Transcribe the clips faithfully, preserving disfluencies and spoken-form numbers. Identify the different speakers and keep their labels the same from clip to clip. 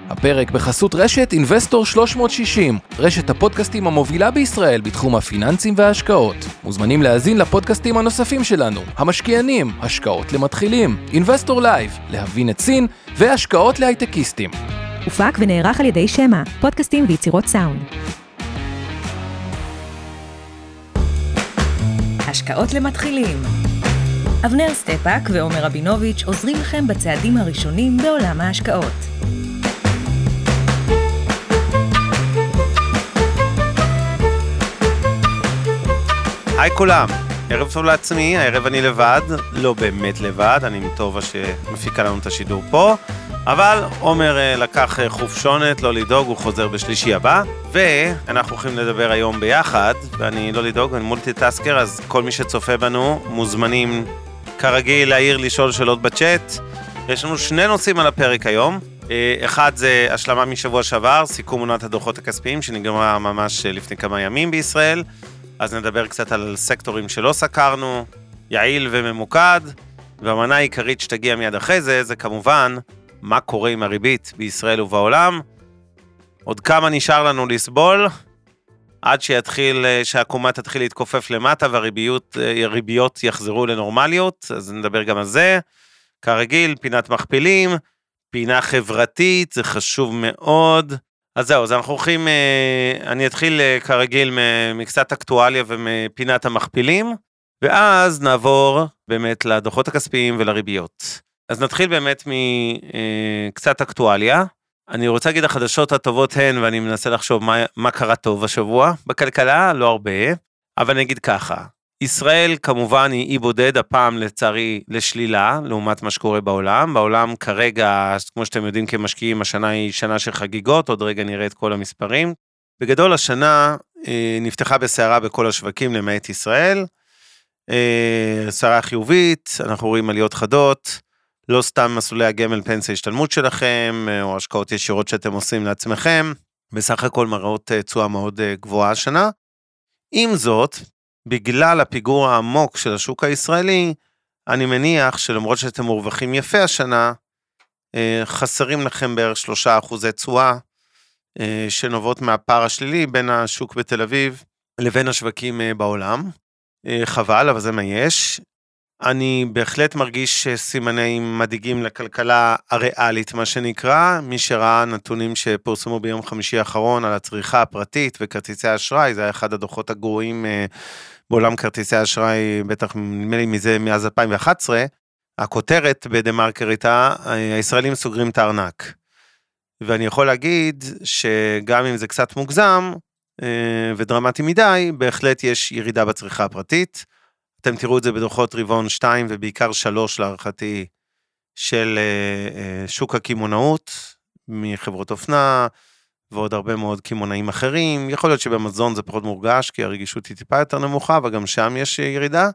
Speaker 1: הפרק בחסות רשת Investor שלוש מאות שישים, רשת הפודקאסטים המובילה בישראל בתחום הפיננסים וההשקעות. מוזמנים להאזין לפודקאסטים הנוספים שלנו, המשקיענים, השקעות למתחילים, Investor Live, להבין את סין והשקעות להייטקיסטים.
Speaker 2: הופק ונערך על ידי שמה, פודקאסטים ויצירות סאונד. השקעות למתחילים. אבנר סטפאק ועומר רבינוביץ' עוזרים לכם בצעדים הראשונים בעולם ההשקעות.
Speaker 3: היי כולם, ערב טוב לעצמי, הערב אני לבד, לא באמת לבד, אני עם טובה שמפיקה לנו את השידור פה, אבל עומר לקח חופשונת, לא לדאוג, הוא חוזר בשלישי הבא, ואנחנו הולכים לדבר היום ביחד, ואני לא לדאוג, אני מולטי-טסקר, אז כל מי שצופה בנו מוזמנים כרגיל להעיר לשאול שאלות בצ'אט. יש לנו שני נושאים על הפרק היום, אחד זה השלמה משבוע שעבר, סיכום עונת הדוחות הכספיים שנגמרה ממש לפני כמה ימים בישראל, אז נדבר קצת על סקטורים שלא סקרנו, יעיל וממוקד, והמנה העיקרית שתגיע מיד אחרי זה, זה כמובן מה קורה עם הריבית בישראל ובעולם, עוד כמה נשאר לנו לסבול, עד שיתחיל, שהקומה תתחיל להתכופף למטה, והריביות יחזרו לנורמליות, אז נדבר גם על זה, כרגיל, פינת מכפילים, פינה חברתית, זה חשוב מאוד, אז זהו, אז אנחנו הולכים, אני אתחיל כרגיל מקצת אקטואליה ומפינת המכפילים, ואז נעבור באמת לדוחות הכספיים ולריביות. אז נתחיל באמת מקצת אקטואליה, אני רוצה להגיד החדשות הטובות הן, ואני מנסה לחשוב מה, מה קרה טוב השבוע, בכלכלה לא הרבה, אבל אני אגיד ככה, ישראל כמובן היא אי בודד, הפעם לצערי לשלילה, לעומת מה שקורה בעולם, בעולם כרגע, כמו שאתם יודעים כמשקיעים, השנה היא שנה של חגיגות, עוד רגע נראה את כל המספרים, בגדול השנה אה, נפתחה בסערה בכל השווקים למעט ישראל, אה, סערה חיובית, אנחנו רואים עליות חדות, לא סתם מסלולי הגמל פנסיה השתלמות שלכם, או השקעות ישירות שאתם עושים לעצמכם, בסך הכל מראות תשואה מאוד גבוהה השנה, עם זאת, בגלל הפיגור העמוק של השוק הישראלי, אני מניח שלמרות שאתם מורווחים יפה השנה, חסרים לכם בערך שלושה אחוזי תשואה, שנובעות מהפער השלילי בין השוק בתל אביב לבין השווקים בעולם. חבל, אבל זה מה יש. אני בהחלט מרגיש סימנים מדאיגים לכלכלה הריאלית, מה שנקרא, מי שראה נתונים שפורסמו ביום חמישי האחרון על הצריכה הפרטית וכרטיסי האשראי, זה היה אחד הדוחות הגרועים בעולם כרטיסי האשראי, בטח נדמה לי מזה מאז אלפיים ואחת עשרה, הכותרת בדה-מרקר הייתה, הישראלים סוגרים את הארנק. ואני יכול להגיד שגם אם זה קצת מוגזם ודרמטי מדי, בהחלט יש ירידה בצריכה הפרטית, אתם תראו את זה בדוחות רבעון שתיים ובעיקר שלוש להערכתי של שוק הכימונאות, מחברות אופנה ועוד הרבה מאוד כימונאים אחרים, יכול להיות שבמזון זה פחות מורגש כי הרגישות היא טיפה יותר נמוכה, אבל גם שם יש ירידה,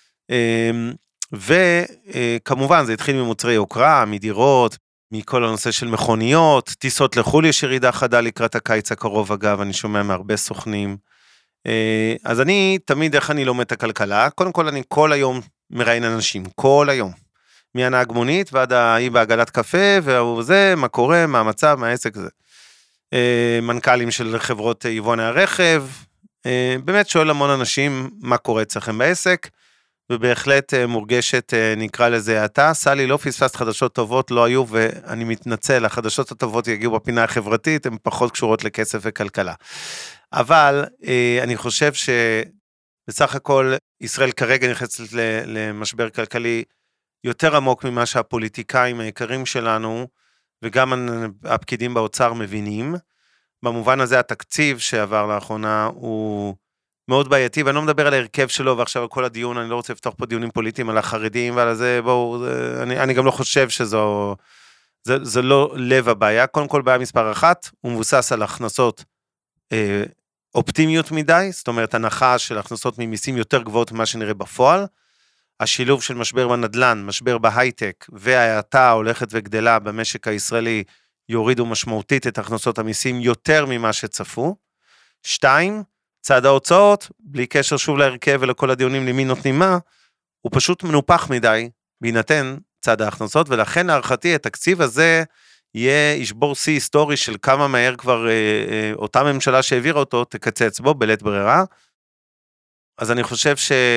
Speaker 3: וכמובן זה התחיל ממוצרי יוקרה, מדירות, מכל הנושא של מכוניות, טיסות לחול יש ירידה חדה לקראת הקיץ הקרוב, אגב אני שומע מהרבה סוכנים, אז אני תמיד איך אני לומד את הכלכלה, קודם כל אני כל היום מראיין אנשים, כל היום, מהנהג מונית ועד האי בעגלת קפה, וזה, מה קורה, מה המצב, מה העסק זה. מנכ"לים של חברות יבואני הרכב, באמת שואל המון אנשים מה קורה אצלכם בעסק, ובהחלט מורגשת, נקרא לזה, אתה, סלי, לא פספסת חדשות טובות, לא היו, ואני מתנצל, החדשות הטובות יגיעו בפינה החברתית, הן פחות קשורות לכסף וכלכלה. אבל אני חושב שבסך הכל ישראל כרגע נכנסת למשבר כלכלי יותר עמוק ממה שהפוליטיקאים העיקרים שלנו וגם הפקידים באוצר מבינים. במובן הזה התקציב שעבר לאחרונה הוא מאוד בעייתי, ואני לא מדבר על ההרכב שלו ועכשיו על כל הדיון, אני לא רוצה לפתוח פה דיונים פוליטיים על החרדים ועל זה, בואו, אני, אני גם לא חושב שזו, זה, זה לא לב הבעיה. קודם כל בעיה מספר אחת, הוא מבוסס על הכנסות אה, אופטימיות מדי, זאת אומרת, הנחה של הכנסות ממיסים יותר גבוהות ממה שנראה בפועל, השילוב של משבר בנדלן, משבר בהייטק, וההאטה ההולכת וגדלה במשק הישראלי, יורידו משמעותית את הכנסות המיסים יותר ממה שצפו. שתיים, צעד ההוצאות, בלי קשר שוב להרכב ולכל הדיונים למי נותנים מה, הוא פשוט מנופח מדי, בהינתן צעד ההכנסות, ולכן הערכתי התקציב הזה יהיה, ישבור שיא היסטורי של כמה מהר כבר אה, אה, אותה ממשלה שהעבירה אותו, תקצץ בו בלית ברירה. אז אני חושב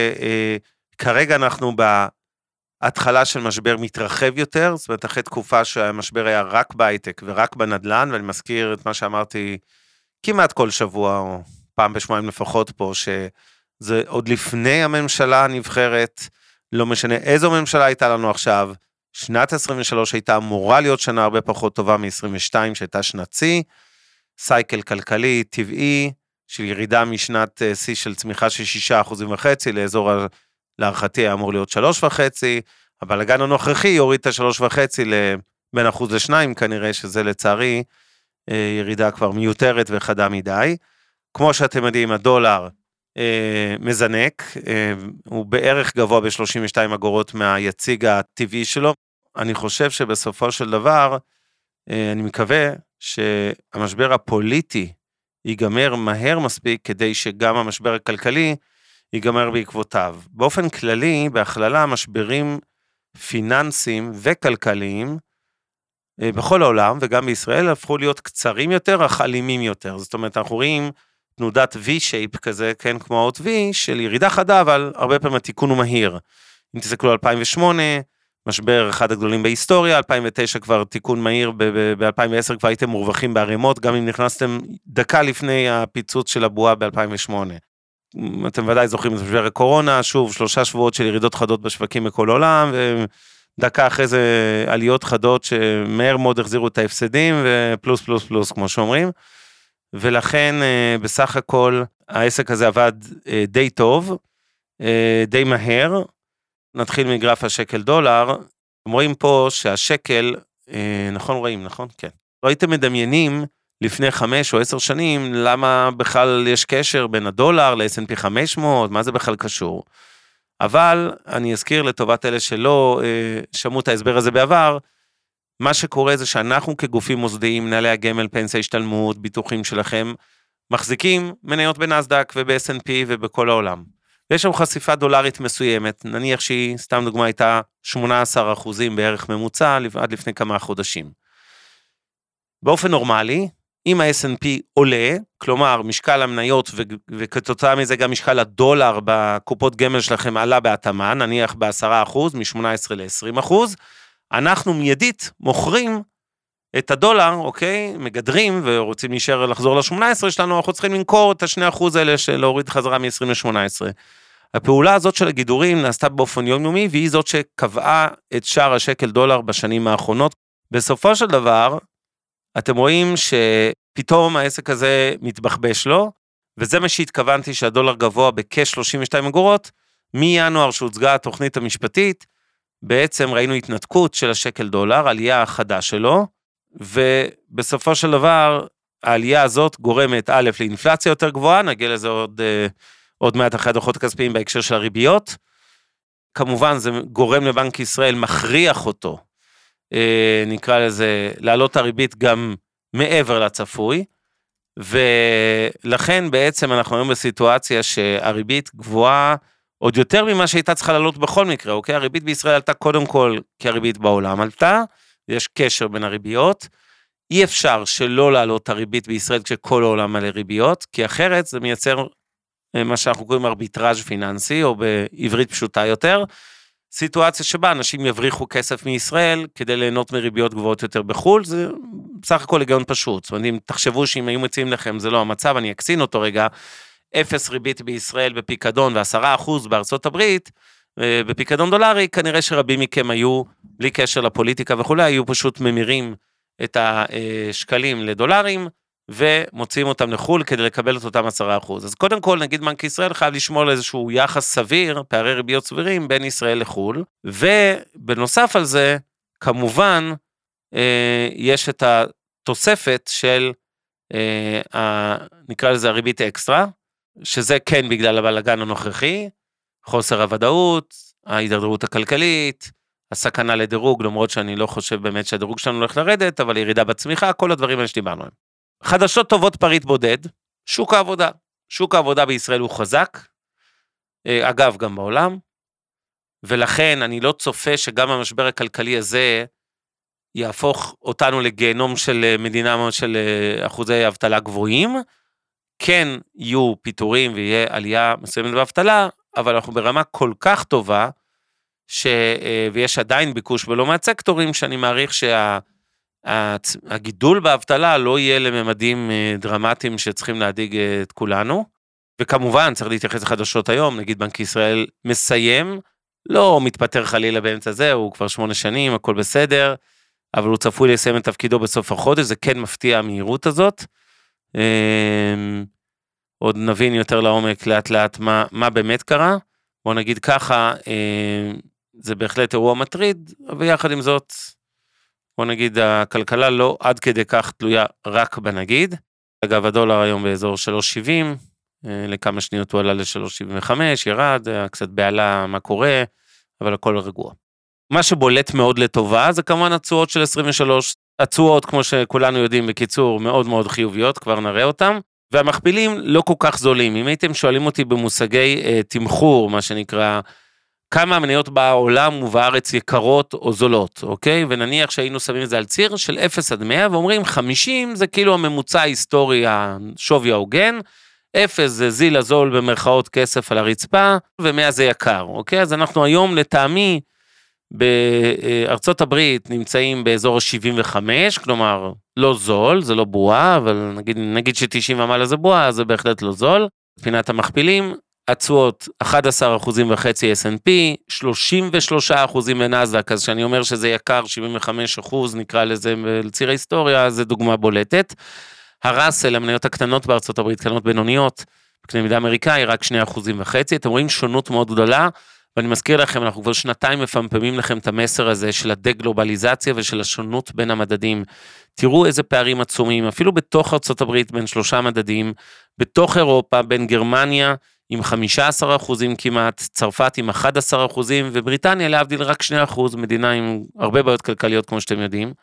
Speaker 3: שכרגע אנחנו בהתחלה של משבר מתרחב יותר, זאת אומרת, אחרי תקופה שהמשבר היה רק בהייטק ורק בנדלן, ואני מזכיר את מה שאמרתי כמעט כל שבוע, או פעם בשבועיים לפחות פה, שזה עוד לפני הממשלה הנבחרת, לא משנה איזו ממשלה הייתה לנו עכשיו, שנת עשרים ושלוש הייתה אמורה להיות שנה הרבה פחות טובה מ-עשרים ושתיים, שהייתה שנצי, סייקל כלכלי, טבעי, של ירידה משנת שיא של צמיחה של שישה אחוזים וחצי, לאזור להערכתי אמור להיות שלוש וחצי, הבלגן הנוכחי יוריד את השלוש וחצי בין אחוז לשניים, כנראה שזה לצערי ירידה כבר מיותרת וחדה מדי. כמו שאתם יודעים, הדולר מזנק, הוא בערך גבוה ב-שלושים ושתיים אגורות מהיציג הטבעי שלו. אני חושב שבסופו של דבר, אני מקווה שהמשבר הפוליטי ייגמר מהר מספיק, כדי שגם המשבר הכלכלי ייגמר בעקבותיו. באופן כללי, בהכללה, משברים פיננסיים וכלכליים, בכל העולם וגם בישראל, הפכו להיות קצרים יותר, אך אלימים יותר. זאת אומרת, אנחנו רואים תנודת V-shape כזה, כן, כמו האות V, של ירידה חדה, אבל הרבה פעמים התיקון הוא מהיר. אם תסתכלו על אלפיים ושמונה, משבר אחד הגדולים בהיסטוריה, אלפיים ותשע כבר תיקון מהיר, ב-אלפיים ועשר כבר הייתם מורווחים בערימות, גם אם נכנסתם דקה לפני הפיצוץ של הבועה ב-אלפיים ושמונה. אתם ודאי זוכרים את משבר הקורונה, שוב, שלושה שבועות של ירידות חדות בשווקים בכל העולם, ודקה אחרי זה עליות חדות שמהר מאוד החזירו את ההפסדים, ופלוס פלוס פלוס, כמו שאומרים. ולכן בסך הכל העסק הזה עבד די טוב, די מהר. נתחיל מגרף השקל דולר, רואים פה שהשקל, נכון רואים, נכון? כן. לא הייתם מדמיינים לפני חמש או עשר שנים, למה בכלל יש קשר בין הדולר ל-אס אנד פי חמש מאות, מה זה בכלל קשור? אבל אני אזכיר לטובת אלה שלא שמעו את ההסבר הזה בעבר, מה שקורה זה שאנחנו כגופים מוסדיים, מנהלי הגמל, פנסיה, השתלמות, ביטוחים שלכם, מחזיקים מניות בנסדק וב-אס אנד פי ובכל העולם. ויש שם חשיפה דולרית מסוימת, נניח שהיא, סתם דוגמה, הייתה שמונה עשרה אחוזים בערך ממוצע, עד לפני כמה חודשים. באופן נורמלי, אם ה-אס אנד פי עולה, כלומר, משקל המניות, ו- וכתוצאה מזה גם משקל הדולר בקופות גמל שלכם עלה בהתאמה, נניח ב-עשרה אחוז, מ-שמונה עשרה ל-עשרים אחוז, אנחנו מיידית מוכרים את הדולר, אוקיי, מגדרים, ורוצים להישאר לחזור ל-שמונה עשרה שלנו, אנחנו צריכים למכור את ה-שני אחוז האלה, של להוריד חזרה מ-עשרים ל-שמונה עשרה. הפעולה הזאת של הגידורים נעשתה באופן יומיומי, והיא זאת שקבעה את שער השקל דולר בשנים האחרונות. בסופו של דבר, אתם רואים שפתאום העסק הזה מתבחבש לו, וזה מה שהתכוונתי שהדולר גבוה בכ-שלושים ושתיים אגורות, מינואר שהוצגה התוכנית המשפטית, בעצם ראינו התנתקות של השקל דולר, עלייה חדה שלו, ובסופו של דבר, העלייה הזאת גורמת א' לאינפלציה יותר גבוהה, נגיע לזה עוד, עוד מעט אחרי הדוחות הכספיים בהקשר של הריביות, כמובן זה גורם לבנק ישראל, מכריח אותו, נקרא לזה, להעלות הריבית גם מעבר לצפוי, ולכן בעצם אנחנו היום בסיטואציה שהריבית גבוהה, עוד יותר ממה שהייתה צריכה לעלות בכל מקרה, אוקיי? הריבית בישראל עלתה קודם כל, כי הריבית בעולם עלתה, יש קשר בין הריביות, אי אפשר שלא לעלות הריבית בישראל כשכל העולם מלא ריביות, כי אחרת זה מייצר מה שאנחנו קוראים ארביטראז' פיננסי, או בעברית פשוטה יותר, סיטואציה שבה אנשים יבריחו כסף מישראל, כדי ליהנות מריביות גבוהות יותר בחול, זה בסך הכל היגיון פשוט, זאת אומרת, אם תחשבו שאם היו מציעים לכם, זה לא המצב, אני אקסין אותו רגע, אפס ריבית בישראל בפיקדון, ועשרה אחוז בארצות הברית, בפיקדון דולרי, כנראה שרבים מכם היו, בלי קשר לפוליטיקה וכולי, היו פשוט ממירים את השקלים לדולרים, ומוציאים אותם לחול כדי לקבל את אותם עשרה אחוז. אז קודם כל, נגיד בנק ישראל חייב לשמור על איזשהו יחס סביר, פערי ריביות סבירים, בין ישראל לחול, ובנוסף על זה, כמובן, יש את התוספת של, נקרא לזה הריבית אקסטרה, שזה כן בגלל הבלגן הנוכחי, חוסר הוודאות, ההידרדרות הכלכלית, הסכנה לדירוג, למרות שאני לא חושב באמת שהדירוג שלנו הולך לרדת, אבל ירידה בצמיחה, כל הדברים האלה שדיברנו עליהם. חדשות טובות פריט בודד, שוק העבודה. שוק העבודה בישראל הוא חזק, אגב גם בעולם, ולכן אני לא צופה שגם המשבר הכלכלי הזה יהפוך אותנו לגיהנום של מדינה של אחוזי אבטלה גבוהים, כן יהיו פיטורים ויהיה עלייה מסוימת באבטלה, אבל אנחנו ברמה כל כך טובה, ש... ויש עדיין ביקוש ולא מעט סקטורים, שאני מעריך שהגידול באבטלה לא יהיה לממדים דרמטיים שצריכים להדיג את כולנו, וכמובן צריך להתייחס לחדשות היום, נגיד בנק ישראל מסיים, לא מתפטר חלילה באמצע זה, הוא כבר שמונה שנים, הכל בסדר, אבל הוא צפוי לסיים את תפקידו בסוף החודש, זה כן מפתיע המהירות הזאת, עוד נבין יותר לעומק לאט לאט מה, מה באמת קרה, בוא נגיד ככה, זה בהחלט אירוע מטריד, ויחד עם זאת, בוא נגיד הכלכלה לא עד כדי כך תלויה רק בנגיד, אגב הדולר היום באזור שלוש שבעים, לכמה שניות הוא עלה ל-שלוש שבעים וחמש, ירד, קצת בעלה מה קורה, אבל הכל רגוע. מה שבולט מאוד לטובה, זה כמובן התשואות של עשרים ושלוש, התשואות כמו שכולנו יודעים בקיצור, מאוד מאוד חיוביות, כבר נראה אותם, והמכפילים לא כל כך זולים, אם הייתם שואלים אותי במושגי אה, תמחור, מה שנקרא, כמה המניות בעולם ובארץ יקרות או זולות, אוקיי? ונניח שהיינו שמים את זה על ציר של אפס עד מאה, ואומרים חמישים זה כאילו הממוצע ההיסטורי, השווי ההוגן, אפס זה זיל הזול במרכאות כסף על הרצפה, ומאה זה יקר, אוקיי? אז אנחנו היום לטעמי, בארצות הברית נמצאים באזור ה-שבעים וחמש, כלומר לא זול, זה לא בועה, אבל נגיד, נגיד ש-תשעים ומעלה זה בועה, זה בהחלט לא זול. מבחינת המכפילים, התשואות אחד עשר אחוזים וחצי אס אנד פי, שלושים ושלושה אחוזים לנאסד"ק, אז שאני אומר שזה יקר, שבעים וחמישה אחוז נקרא לזה לציר ההיסטוריה, זה דוגמה בולטת. הראסל, המניות הקטנות בארצות הברית, קטנות בינוניות, בקנה מידה אמריקאי, רק שני אחוזים וחצי, אתם רואים שונות מאוד גדולה, ואני מזכיר לכם, אנחנו כבר שנתיים מפמפמים לכם את המסר הזה של הדגלובליזציה ושל השונות בין המדדים. תראו איזה פערים עצומים, אפילו בתוך ארצות הברית בין שלושה מדדים, בתוך אירופה, בין גרמניה עם חמישה עשר אחוזים כמעט, צרפת עם אחד עשר אחוזים, ובריטניה להבדיל רק שני אחוז, מדינה עם הרבה בעיות כלכליות כמו שאתם יודעים.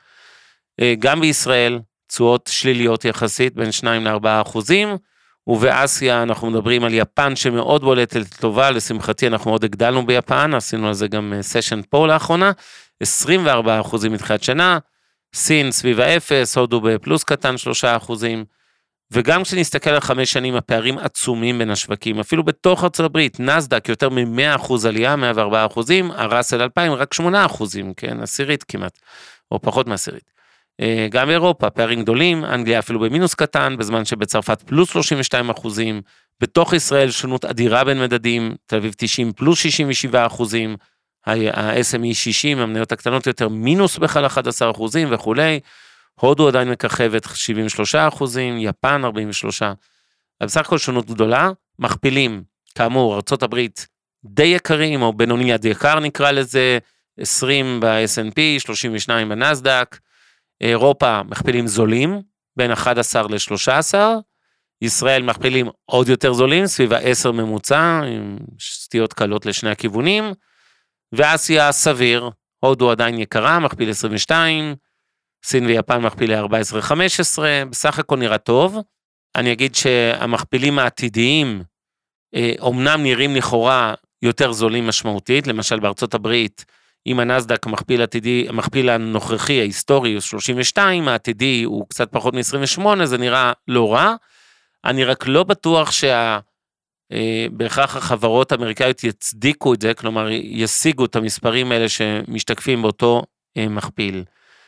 Speaker 3: גם בישראל, תשואות שליליות יחסית, בין שניים לארבעה אחוזים, ובאסיה אנחנו מדברים על יפן שמאוד בולטת טובה, לשמחתי אנחנו מאוד הגדלנו ביפן, עשינו על זה גם סשן פה לאחרונה, עשרים וארבעה אחוזים מתחילת שנה, סין סביב האפס, הודו בפלוס קטן שלושה אחוזים, וגם כשנסתכל על חמש שנים הפערים עצומים בין השווקים, אפילו בתוך ארצות הברית, נסדק יותר מ-מאה אחוז עלייה, מאה וארבעה אחוזים, הראסל אלפיים רק שמונה אחוזים, כן, עשירית כמעט, או פחות מעשירית. גם באירופה, פערים גדולים, אנגליה אפילו במינוס קטן, בזמן שבצרפת פלוס שלושים ושתיים אחוזים, בתוך ישראל שונות אדירה בין מדדים, תל אביב תשעים פלוס שישים ושבעה אחוזים, ה-אס אם אי שישים, המניות הקטנות יותר, מינוס בכלל אחד עשר אחוזים וכולי, הודו עדיין מככבת שבעים ושלושה אחוזים, יפן ארבעים ושלושה, בסך הכל שונות גדולה, מכפילים, כאמור, ארצות הברית די יקרים, או בינוני עד יקר נקרא לזה, עשרים ב-אס אנד פי, שלושים ושניים בנסדק, אירופה מכפילים זולים, בין אחד עשר ל-שלושה עשר, ישראל מכפילים עוד יותר זולים, סביב ה-עשר ממוצע, עם סטיות קלות לשני הכיוונים, ואסיה סביר, הודו עדיין יקרה, מכפיל עשרים ושתיים, סין ויפן מכפילי ארבע עשרה חמש עשרה, בסך הכל נראה טוב, אני אגיד שהמכפילים העתידיים, אומנם נראים לכאורה יותר זולים משמעותית, למשל בארצות הברית, אם הנסדק מכפיל עתידי, המכפיל הנוכחי, ההיסטורי, הוא שלושים ושתיים, העתידי הוא קצת פחות מ-עשרים ושמונה, זה נראה לא רע, אני רק לא בטוח שה... בהכרח החברות האמריקאיות יצדיקו את זה, כלומר ישיגו את המספרים האלה שמשתקפים באותו מכפיל.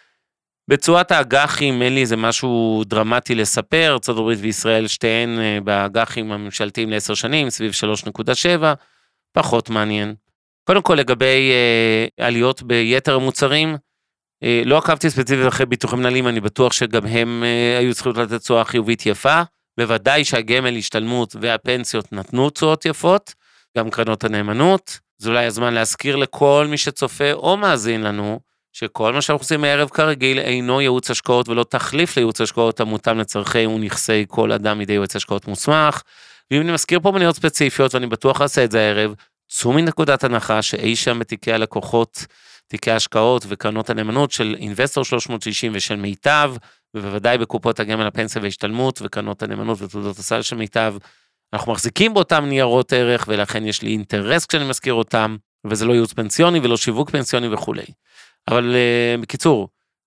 Speaker 3: בצורת האג"חים, אין לי איזה משהו דרמטי לספר, ארצות הברית וישראל שתיהן באג"חים הממשלתיים לעשר שנים, סביב שלוש נקודה שבע, פחות מעניין. קודם כל לגבי אה, עליות ביתר המוצרים, אה, לא עקבתי ספציפית אחרי ביטוחים מנהלים, אני בטוח שגם הם אה, היו צריכים לתת תשואה חיובית יפה, בוודאי שהגמל השתלמות והפנסיות נתנו תשואות יפות, גם קרנות הנאמנות, זה אולי הזמן להזכיר לכל מי שצופה או מאזין לנו, שכל מה שאנחנו עושים מערב כרגיל אינו ייעוץ השקעות ולא תחליף לייעוץ השקעות המותאם לצרכי ונכסי כל אדם מידי ייעוץ השקעות מוסמך, ואם אני מזכיר פה מניות ספציפיות ואני בטוח אעשה את זה הערב, צאו מנקודת הנחה שאי שם בתיקי הלקוחות, תיקי ההשקעות וקרנות הנאמנות של אינבסטור שלוש מאות שישים ושל מיטב, ובוודאי בקופות הגמל הפנסיה והשתלמות וקרנות הנאמנות ותעודות הסל של מיטב, אנחנו מחזיקים באותם ניירות ערך, ולכן יש לי אינטרס כשאני מזכיר אותם, וזה לא ייעוץ פנסיוני ולא שיווק פנסיוני וכו'. אבל uh, בקיצור,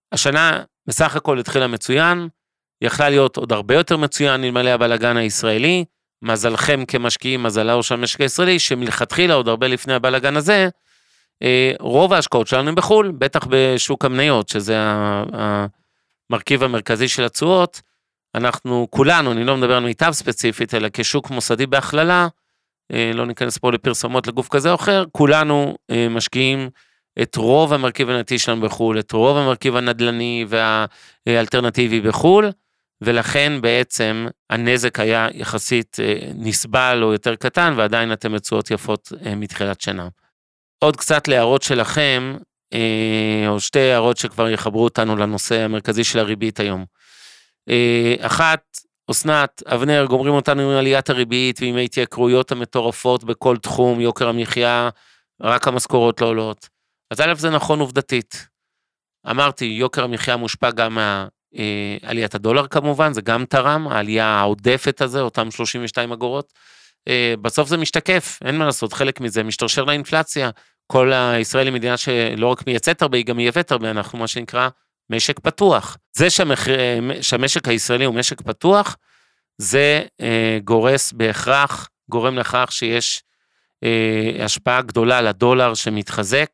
Speaker 4: השנה בסך הכל התחילה מצוין, יכלה להיות עוד הרבה יותר מצוין אלמלא הבלגן הישראלי, מזלכם כמשקיעים, מזלו של המשק הישראלי, שמלכתחילה עוד הרבה לפני הבלגן הזה, רוב ההשקעות שלנו הם בחול, בטח בשוק המניות, שזה המרכיב המרכזי של התשואות, אנחנו כולנו, אני לא מדבר על מיטב ספציפית, אלא כשוק מוסדי בהכללה, לא ניכנס פה לפרסומות לגוף כזה או אחר, כולנו משקיעים את רוב המרכיב הנתי שלנו בחול, את רוב המרכיב הנדלני והאלטרנטיבי בחול, ולכן בעצם הנזק היה יחסית נסבל או יותר קטן, ועדיין אתם מצועות יפות מתחילת שנה. עוד קצת להערות שלכם, או שתי הערות שכבר יחברו אותנו לנושא המרכזי של הריבית היום. אחת, אסנת, אבנר, גומרים אותנו עם עליית הריבית, ועם ההתייקרויות המטורפות בכל תחום, יוקר המחיה, רק המשכורות לא עולות. אז א' זה נכון עובדתית. אמרתי, יוקר המחיה מושפע גם מעליית הדולר כמובן, זה גם תרם, העלייה העודפת הזה, אותם שלושים ושתיים אגורות, בסוף זה משתקף, אין מה לעשות, חלק מזה משתרשר לאינפלציה, כל הישראלי מדינה שלא רק מייצאת הרבה, היא גם מייבאת הרבה, אנחנו מה שנקרא משק פתוח. זה שהמחיר, שהמשק הישראלי הוא משק פתוח, זה גורס בהכרח, גורם לכך שיש השפעה גדולה לדולר שמתחזק,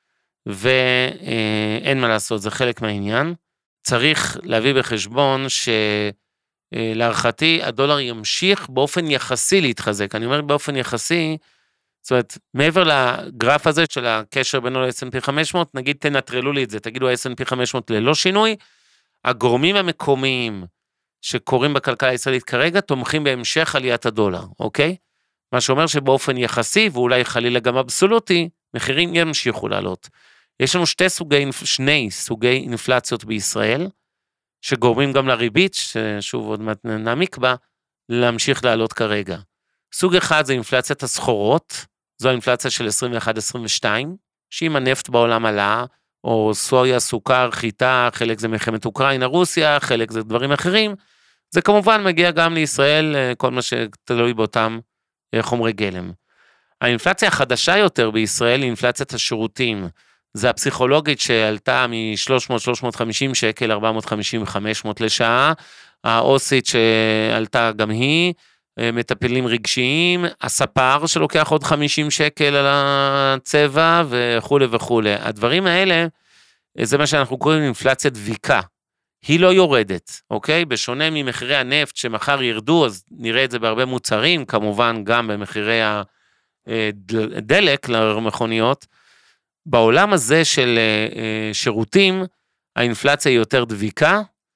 Speaker 4: ואין מה לעשות, זה חלק מהעניין. צריך להביא בחשבון שלהערכתי הדולר ימשיך באופן יחסי להתחזק. אני אומר באופן יחסי, זאת אומרת, מעבר לגרף הזה של הקשר בינו ל-אס אנד פי חמש מאות, נגיד תנטרלו לי את זה, תגידו ה-אס אנד פי חמש מאות ללא שינוי, הגורמים המקומיים שקורים בכלכלה הישראלית כרגע, תומכים בהמשך עליית הדולר, אוקיי? מה שאומר שבאופן יחסי, ואולי חלילה גם אבסולוטי, מחירים ימשיכו לעלות. יש לנו שתי סוגי, שני סוגי אינפלציות בישראל, שגורמים גם לריבית, ששוב עוד מעט נעמיק בה, להמשיך לעלות כרגע. סוג אחד זה אינפלציית הסחורות, זו האינפלציה של עשרים ואחת עשרים ושתיים, שאם הנפט בעולם עלה, או סויה, סוכר, חיטה, חלק זה מלחמת אוקראינה, רוסיה, חלק זה דברים אחרים, זה כמובן מגיע גם לישראל, כל מה שתלוי באותם חומרי גלם. האינפלציה החדשה יותר בישראל היא אינפלציית השירותים, זה הפסיכולוגית שעלתה מ-שלוש מאות שלוש מאות וחמישים שקל, ארבע מאות חמישים וחמש מאות לשעה, האוסית שעלתה גם היא, מטפלים רגשיים, הספר שלוקח עוד חמישים שקל על הצבע וכו' וכו'. הדברים האלה, זה מה שאנחנו קוראים אינפלציה דביקה. היא לא יורדת, אוקיי? בשונה ממחירי הנפט שמחר ירדו, אז נראה את זה בהרבה מוצרים, כמובן גם במחירי הדלק למכוניות. בעולם הזה של שירותים, האינפלציה היא יותר דביקה,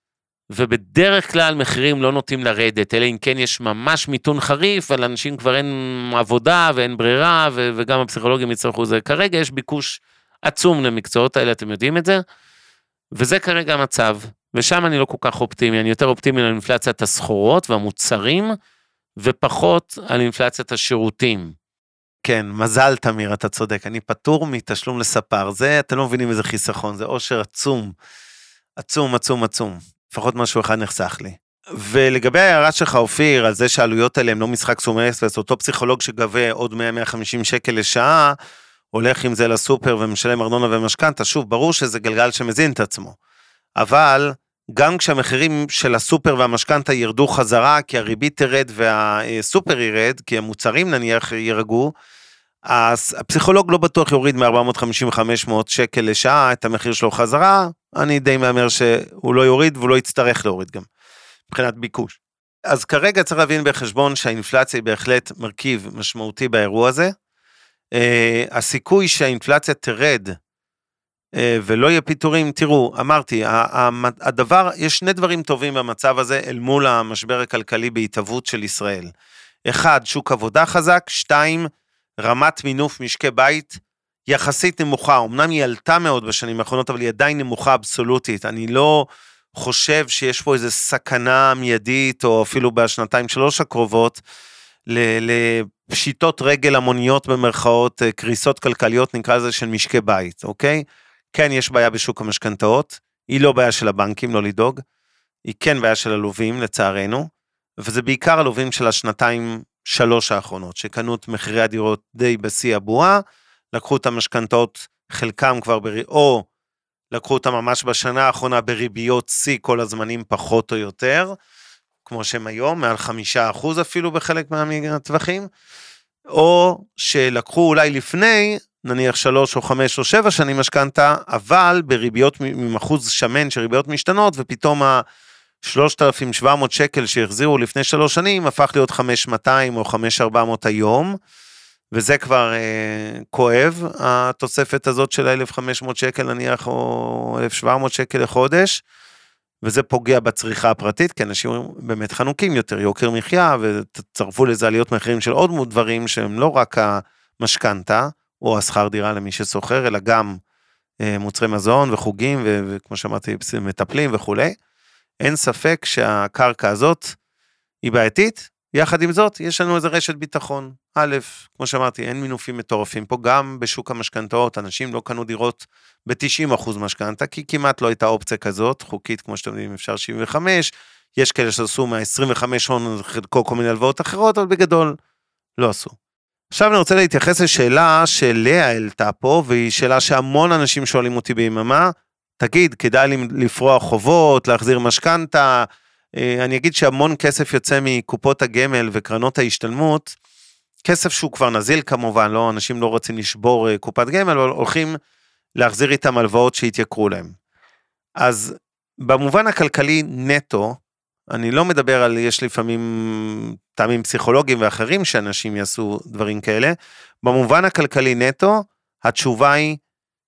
Speaker 4: ובדרך כלל מחירים לא נוטים לרדת, אלא אם כן יש ממש מיתון חריף, על אנשים כבר אין עבודה ואין ברירה, ו- וגם הפסיכולוגים יצטרכו זה. כרגע יש ביקוש עצום למקצועות האלה, אתם יודעים את זה, וזה כרגע המצב, ושם אני לא כל כך אופטימי, אני יותר אופטימי על אינפלציית הסחורות והמוצרים, ופחות על אינפלציית השירותים.
Speaker 3: כן, מזל תמיר, אתה צודק, אני פטור מתשלום לספר, זה, אתם לא מבינים איזה חיסכון, זה עושר עצום, עצום, עצום, עצום. לפחות משהו אחד נחסך לי. ולגבי ההערה שלך, אופיר, על זה שהעלויות האלה הם לא משחק סכומי אפס, אותו פסיכולוג שגבה עוד מאה עד מאה וחמישים שקל לשעה, הולך עם זה לסופר ומשלם ארנונה ומשכנתא, שוב, ברור שזה גלגל שמזין את עצמו. אבל גם כשהמחירים של הסופר והמשכנתא ירדו חזרה, כי הריבית תרד והסופר ירד, כי המוצרים נניח ירגעו, אז הפסיכולוג לא בטוח יוריד מ-ארבע מאות חמישים וחמש מאות שקל לשעה את המחיר שלו חזרה, אני די מאמר שהוא לא יוריד והוא לא יצטרך להוריד גם, מבחינת ביקוש. אז כרגע צריך להבין בחשבון שהאינפלציה היא בהחלט מרכיב משמעותי באירוע הזה, הסיכוי שהאינפלציה תרד ולא יהיה פיתורים, תראו, אמרתי, הדבר, יש שני דברים טובים במצב הזה אל מול המשבר הכלכלי בהתהוות של ישראל. אחד, שוק עבודה חזק, שתיים, רמת מינוף משקי בית יחסית נמוכה, אמנם היא עלתה מאוד בשנים האחרונות, אבל היא עדיין נמוכה אבסולוטית, אני לא חושב שיש פה איזו סכנה מיידית, או אפילו בשנתיים שלוש הקרובות, לפשיטות רגל המוניות במרכאות, קריסות כלכליות נקרא לזה של משקי בית, אוקיי? כן יש בעיה בשוק המשכנתאות, היא לא בעיה של הבנקים, לא לדאוג, היא כן בעיה של הלווים לצערנו, וזה בעיקר הלווים של השנתיים שלוש האחרונות, שקנו את מחירי הדירות די בשיא הבועה, לקחו את המשכנתאות, חלקם כבר ברי... או לקחו אותה ממש בשנה האחרונה בריביות C כל הזמנים פחות או יותר, כמו שהם היום, מעל חמישה אחוז אפילו בחלק מהטווחים, או שלקחו אולי לפני, נניח שלוש או חמש או שבע שנים משכנתה, אבל בריביות עם אחוז שמן של ריביות משתנות, ופתאום ה-שלושת אלפים שבע מאות שקל שהחזירו לפני שלוש שנים, הפך להיות חמש אלף מאתיים או חמש אלף ארבע מאות היום, וזה כבר אה, כואב, התוספת הזאת של אלף וחמש מאות שקל נניח, או אלף ושבע מאות שקל לחודש, וזה פוגע בצריכה הפרטית, כי אנשים באמת חנוקים יותר, יוקר מחיה, ותצרפו לזה עליות מחירים של עוד דברים, שהם לא רק המשכנתה, או השכר דירה למי שסוחר, אלא גם אה, מוצרי מזון וחוגים, ו- וכמו שאמרתי, מטפלים וכולי. אין ספק שהקרקע הזאת היא בעייתית, יחד עם זאת, יש לנו איזה רשת ביטחון. א', כמו שאמרתי, אין מינופים מטורפים פה, גם בשוק המשכנתאות, אנשים לא קנו דירות ב-תשעים אחוז משכנתה, כי כמעט לא הייתה אופציה כזאת, חוקית, כמו שאתם יודעים, אפשר שבעים וחמש, יש כאלה שעשו מה-עשרים וחמש הון, חלקו כל מיני הלוואות אחרות, אבל בגדול לא עשו. עכשיו אני רוצה להתייחס לשאלה שלאה העלתה פה, והיא שאלה שהמון אנשים שואלים אותי ביממה, תגיד, כדאי לי לפרוע חובות, להחזיר משכנתה, אני אגיד שהמון כסף יוצא מקופות הגמל וקרנות ההשתלמות, כסף שהוא כבר נזיל כמובן, לא, אנשים לא רוצים לשבור קופת גמל, אבל הולכים להחזיר איתם הלוואות שהתייקרו להם. אז במובן הכלכלי נטו, אני לא מדבר על, יש לפעמים טעמים פסיכולוגיים ואחרים שאנשים יעשו דברים כאלה, במובן הכלכלי נטו, התשובה היא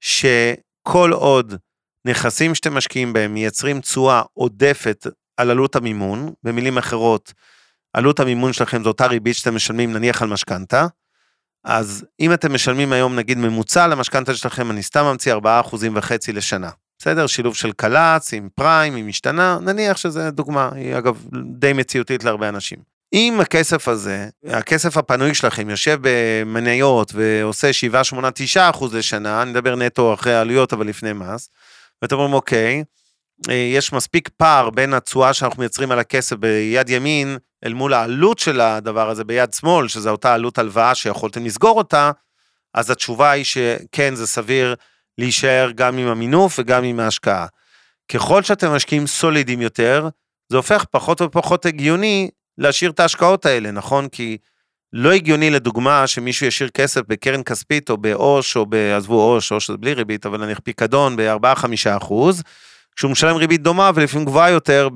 Speaker 3: שכל עוד נכסים שאתם משקיעים בהם, מייצרים תשואה עודפת על עלות המימון, במילים אחרות, עלות המימון שלכם זו אותה ריבית שאתם משלמים נניח על משכנתה, אז אם אתם משלמים היום נגיד ממוצע למשכנתה שלכם, אני סתם ממציא ארבעה אחוזים וחצי לשנה, בסדר? שילוב של קלץ, עם פריים, עם משתנה, נניח שזה דוגמה, היא אגב די מציאותית להרבה אנשים. אם הכסף הזה, הכסף הפנוי שלכם יושב במניות ועושה שבעה, שמונה, תשעה אחוז לשנה, אני מדבר נטו אחרי העלויות אבל לפני מס, ואתם אומרים אוקיי, יש מספיק פער בין התשואה שאנחנו מייצרים על הכסף ביד ימין, אל מול העלות של הדבר הזה ביד שמאל, שזו אותה עלות הלוואה שיכולתם לסגור אותה, אז התשובה היא שכן, זה סביר להישאר גם עם המינוף וגם עם ההשקעה. ככל שאתם משקיעים סולידים יותר, זה הופך פחות ופחות הגיוני להשאיר את ההשקעות האלה, נכון? כי לא הגיוני לדוגמה שמישהו ישאיר כסף בקרן כספית או באוש, או בעזבו אוש, אוש זה בלי ריבית, אבל נניח פיקדון ב-ארבעה עד חמישה אחוז, כשהוא משלם ריבית דומה ולפעמים גבוהה יותר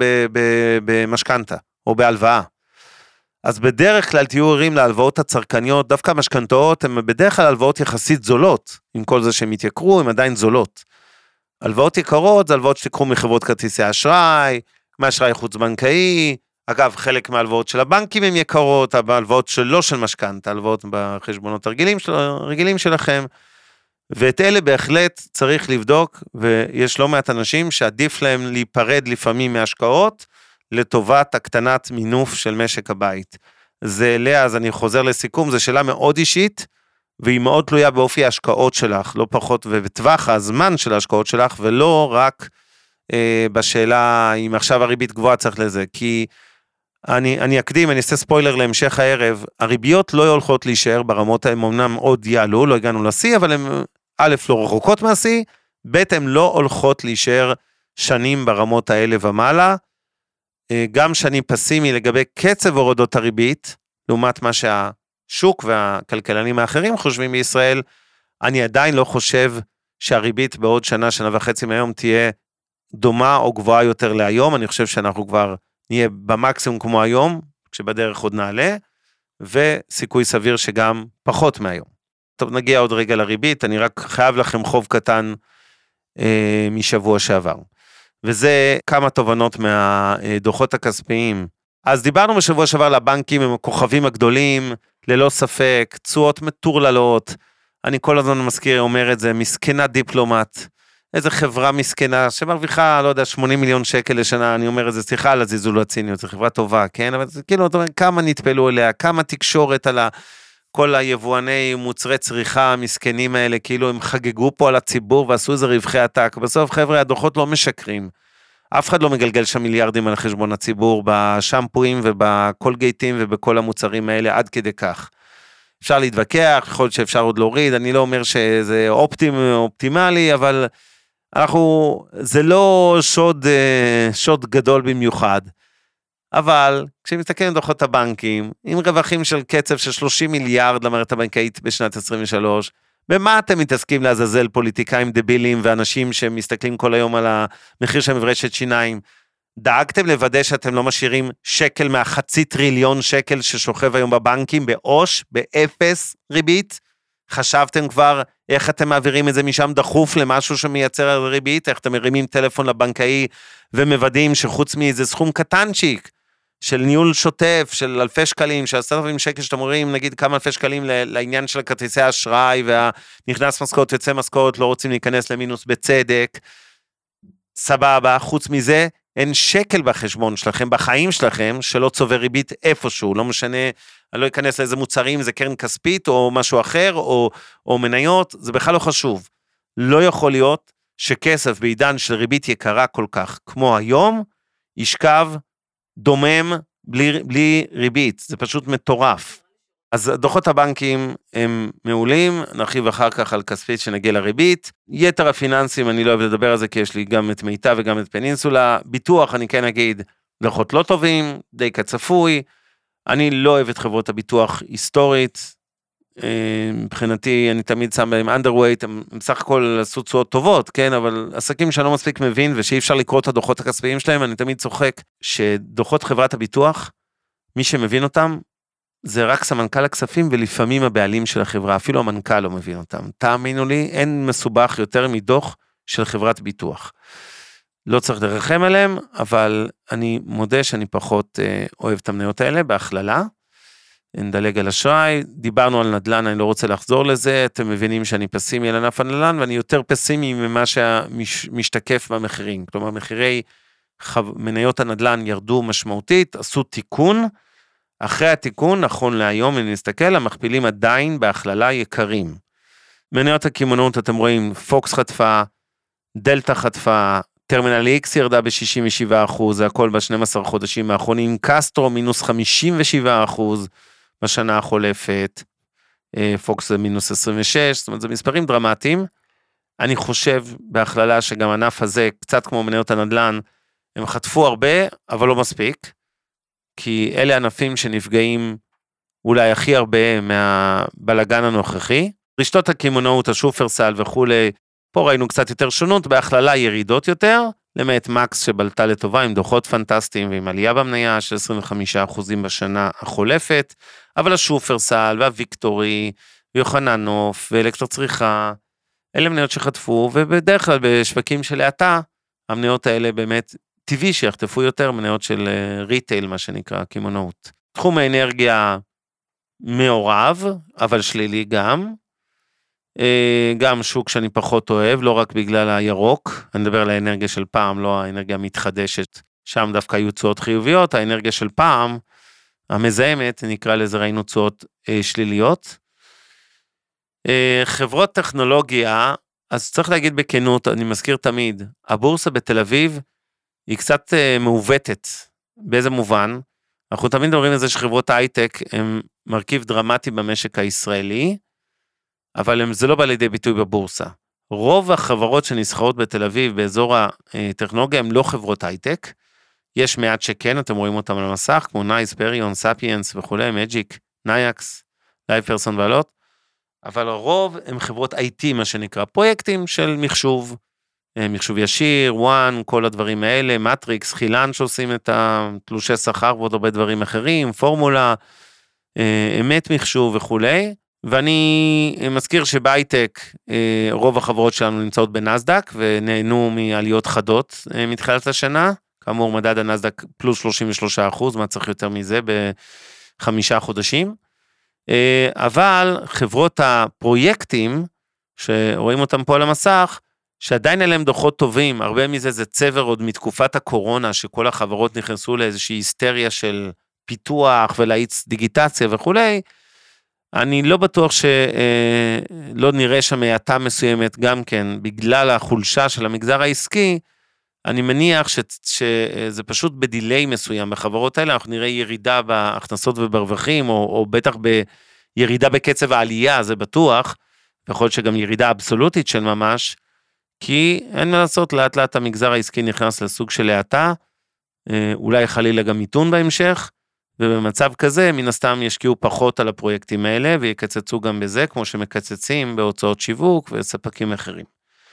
Speaker 3: במשכנתה או בהלוואה. אז בדרך כלל תהיו ערים להלוואות הצרכניות, דווקא המשכנתאות הן בדרך כלל הלוואות יחסית זולות, עם כל זה שהן התייקרו, הן עדיין זולות. הלוואות יקרות זה הלוואות שתיקחו מחברות כרטיסי אשראי, מאשראי חוץ בנקאי, אגב חלק מההלוואות של הבנקים הן יקרות, אבל הלוואות שלא של משכנתה, הלוואות בחשבונות הרגילים, של, הרגילים שלכם, ואת אלה בהחלט צריך לבדוק, ויש לא מעט אנשים שעדיף להם להיפרד לפעמים מהשקעות, לטובת הקטנת מינוף של משק הבית. זה לאה, אז אני חוזר לסיכום, זו שאלה מאוד אישית, והיא מאוד תלויה באופי ההשקעות שלך, לא פחות, ובטווח הזמן של ההשקעות שלך, ולא רק אה, בשאלה אם עכשיו הריבית גבוהה צריך לזה, כי אני, אני אקדים, אני אעשה ספוילר להמשך הערב, הריביות לא הולכות להישאר ברמות, הן אמנם עוד יעלו, לא הגענו לשיא, אבל הן א' לא רחוקות מהשיא, ב' הן לא הולכות להישאר שנים ברמות האלה ומעלה, גם שאני פסימי לגבי קצב הורדות הריבית, לעומת מה שהשוק והכלכלנים האחרים חושבים בישראל, אני עדיין לא חושב שהריבית בעוד שנה, שנה וחצי מהיום תהיה דומה או גבוהה יותר להיום, אני חושב שאנחנו כבר נהיה במקסימום כמו היום, כשבדרך עוד נעלה, וסיכוי סביר שגם פחות מהיום. טוב, נגיע עוד רגע לריבית, אני רק חייב לכם חוב קטן אה, משבוע שעבר. וזה כמה תובנות מהדוחות הכספיים. אז דיברנו בשבוע שעבר לבנקים עם הכוכבים הגדולים, ללא ספק, תשואות מטורללות, אני כל הזמן מזכיר, אומר את זה, מסכנה דיפלומט, איזה חברה מסכנה, שמרוויחה, לא יודע, שמונים מיליון שקל לשנה, אני אומר את זה, סליחה על הזיזול הציניות, זו חברה טובה, כן? אבל זה כאילו, כמה נטפלו אליה, כמה תקשורת על כל היבואני מוצרי צריכה המסכנים האלה, כאילו הם חגגו פה על הציבור, ועשו איזה רווחי עתק, בסוף חבר'ה, הדוחות לא משקרים, אף אחד לא מגלגל שם מיליארדים על חשבון הציבור, בשמפויים ובקולגייטים ובכל המוצרים האלה, עד כדי כך. אפשר להתווכח, יכול להיות שאפשר עוד להוריד, אני לא אומר שזה אופטימ, אופטימלי, אבל אנחנו, זה לא שוד, שוד גדול במיוחד, אבל כשמסתכלים על דוחות הבנקים, עם רווחים של קצב של שלושים מיליארד למערכת הבנקאית בשנת עשרים ושלוש, במה אתם מתעסקים לעזאזל פוליטיקאים דבילים ואנשים שמסתכלים כל היום על המחיר של מברשת שיניים? דאגתם לוודא שאתם לא משאירים שקל מהחצי טריליון שקל ששוכב היום בבנקים בעוש, באפס ריבית? חשבתם כבר איך אתם מעבירים את זה משם דחוף למשהו שמייצר ריבית? איך אתם מרימים טלפון לבנקאי ומוודאים שחוץ מאיזה סכום קטנצ'יק של ניהול שוטף של אלפי שקלים, של עשרת אלפים שקל שאתם רואים נגיד כמה אלפי שקלים לעניין של כרטיסי האשראי והנכנס משכורת יוצא משכורת, לא רוצים להיכנס למינוס בצדק, סבבה, חוץ מזה אין שקל בחשבון שלכם, בחיים שלכם, שלא צובר ריבית איפשהו, לא משנה, אני לא אכנס לאיזה מוצרים, זה קרן כספית או משהו אחר, או, או מניות, זה בכלל לא חשוב. לא יכול להיות שכסף בעידן של ריבית יקרה כל כך, כמו היום, ישכב דומם בלי, בלי ריבית, זה פשוט מטורף. אז דוחות הבנקים הם מעולים, נרחיב אחר כך על כספית שנגיע לריבית, יתר הפיננסים, אני לא אוהב לדבר על זה, כי יש לי גם את מיטב וגם את פנינסולה, ביטוח, אני כן אגיד, דוחות לא טובים, די כצפוי, אני לא אוהב את חברות הביטוח היסטורית, מבחינתי אני תמיד שם בהם underweight, הם בסך הכל עשו תשואות טובות, כן, אבל עסקים שאני לא מספיק מבין, ושאי אפשר לקרוא את הדוחות הכספיים שלהם, אני תמיד צוחק, שדוחות חברת הביטוח, מי שמבין אותם, זה רק סמנכ"ל הכספים, ולפעמים הבעלים של החברה, אפילו המנכ"ל לא מבין אותם. תאמינו לי, אין מסובך יותר מדוח של חברת ביטוח. לא צריך לרחם עליהם, אבל אני מודה שאני פחות אה, אוהב את המניות האלה, בהכללה. נדלג על אשראי, דיברנו על נדל"ן, אני לא רוצה לחזור לזה, אתם מבינים שאני פסימי על ענף הנדל"ן, ואני יותר פסימי ממה שמשתקף במחירים. כלומר, מחירי מניות הנדל"ן ירדו משמעותית, עשו תיקון, אחרי התיקון, נכון להיום, אם נסתכל, המכפילים עדיין בהכללה יקרים. מניות הכימונות, אתם רואים, פוקס חטפה, דלטה חטפה, טרמינל איקס ירדה ב-שישים ושבעה אחוז, זה הכל ב-שנים עשר חודשים האחרונים, קסטרו מינוס חמישים ושבעה אחוז בשנה החולפת, פוקס זה מינוס עשרים ושש, זאת אומרת, זה מספרים דרמטיים. אני חושב בהכללה שגם ענף הזה, קצת כמו מניות הנדל"ן, הם חטפו הרבה, אבל לא מספיק. כי אלה ענפים שנפגעים אולי הכי הרבה מהבלגן הנוכחי. רשתות הכימונאות, השופרסל וכולי, פה ראינו קצת יותר שונות, בהכללה ירידות יותר, למעט מקס שבלטה לטובה עם דוחות פנטסטיים ועם עלייה במניה של עשרים וחמישה אחוז בשנה החולפת, אבל השופרסל והוויקטורי ויוחננוף ואלקטר צריכה, אלה מניות שחטפו, ובדרך כלל בשווקים של האטה, המניות האלה באמת טבעי שיחטפו יותר מניות של ריטייל, מה שנקרא, כימונאות. תחום האנרגיה מעורב, אבל שלילי גם. גם שוק שאני פחות אוהב, לא רק בגלל הירוק, אני מדבר על האנרגיה של פעם, לא האנרגיה המתחדשת, שם דווקא היו תשואות חיוביות, האנרגיה של פעם, המזהמת, נקרא לזה ראינו תשואות שליליות. חברות טכנולוגיה, אז צריך להגיד בכנות, אני מזכיר תמיד, הבורסה בתל אביב, היא קצת מעוותת, באיזה מובן, אנחנו תמיד מדברים על זה שחברות הייטק, הם מרכיב דרמטי במשק הישראלי, אבל הם, זה לא בא לידי ביטוי בבורסה. רוב החברות שנסחרות בתל אביב, באזור הטכנולוגיה, הם לא חברות הייטק, יש מעט שכן, אתם רואים אותם על המסך, כמו נייס, פריון, ספיאנס וכולי, מג'יק, נייקס, לייב פרסון ועלות, אבל הרוב הם חברות איי טי, מה שנקרא, פרויקטים של מחשוב, מחשוב ישיר, וואן, כל הדברים האלה, מטריקס, חילן שעושים את התלושי שכר ועוד הרבה דברים אחרים, פורמולה, אמת מחשוב וכולי, ואני מזכיר שבהייטק רוב החברות שלנו נמצאות בנסדק, ונהנו מעליות חדות מתחילת השנה, כאמור מדד הנסדק פלוס שלושים ושלושה אחוז, מה צריך יותר מזה בחמישה חודשים, אבל חברות הפרויקטים, שרואים אותם פה על המסך, שעדיין אליהם דוחות טובים, הרבה מזה זה צבר עוד מתקופת הקורונה, שכל החברות נכנסו לאיזושהי היסטריה של פיתוח ולהאיץ דיגיטציה וכולי, אני לא בטוח שלא נראה שם האטה מסוימת גם כן, בגלל החולשה של המגזר העסקי, אני מניח ש, שזה פשוט בדילי מסוים בחברות האלה, אנחנו נראה ירידה בהכנסות וברווחים, או, או בטח בירידה בקצב העלייה, זה בטוח, יכול להיות שגם ירידה אבסולוטית של ממש,
Speaker 4: כי אין מה לעשות, לאט לאט המגזר העסקי נכנס לסוג של להטה, אולי חלילה גם מיתון בהמשך, ובמצב כזה, מן הסתם ישקיעו פחות על הפרויקטים האלה, ויקצצו גם בזה, כמו שמקצצים בהוצאות שיווק וספקים אחרים.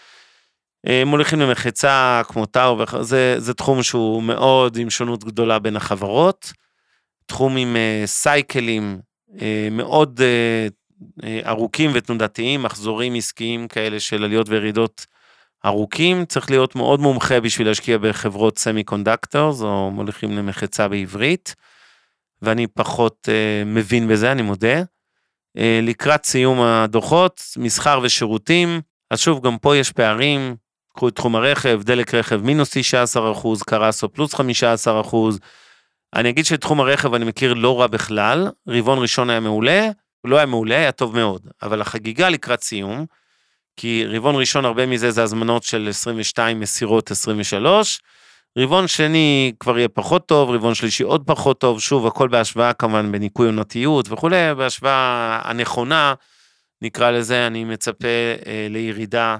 Speaker 4: מוליכים למחצה, כמו טאו, זה, זה תחום שהוא מאוד עם שונות גדולה בין החברות, תחום עם סייקלים מאוד ארוכים ותנודתיים, מחזורים עסקיים כאלה של עליות וירידות ארוכים, צריך להיות מאוד מומחה בשביל להשקיע בחברות סמי קונדקטורס, או מוליכים למחצה בעברית, ואני פחות uh, מבין בזה, אני מודה. Uh, לקראת סיום הדוחות, מסחר ושירותים, אז שוב, גם פה יש פערים, קחו את תחום הרכב, דלק רכב מינוס תשעה עשר אחוז, קרסו פלוס חמישה עשר אחוז, אני אגיד שתחום הרכב אני מכיר לא רע בכלל, רבעון ראשון היה מעולה, לא היה מעולה, היה טוב מאוד, אבל החגיגה לקראת סיום, כי רבעון ראשון הרבה מזה זה הזמנות של עשרים ושתיים מסירות עשרים ושלוש, רבעון שני כבר יהיה פחות טוב, רבעון שלישי עוד פחות טוב, שוב הכל בהשוואה כמובן בניקוי עונתיות וכו', בהשוואה הנכונה, נקרא לזה, אני מצפה אה, לירידה,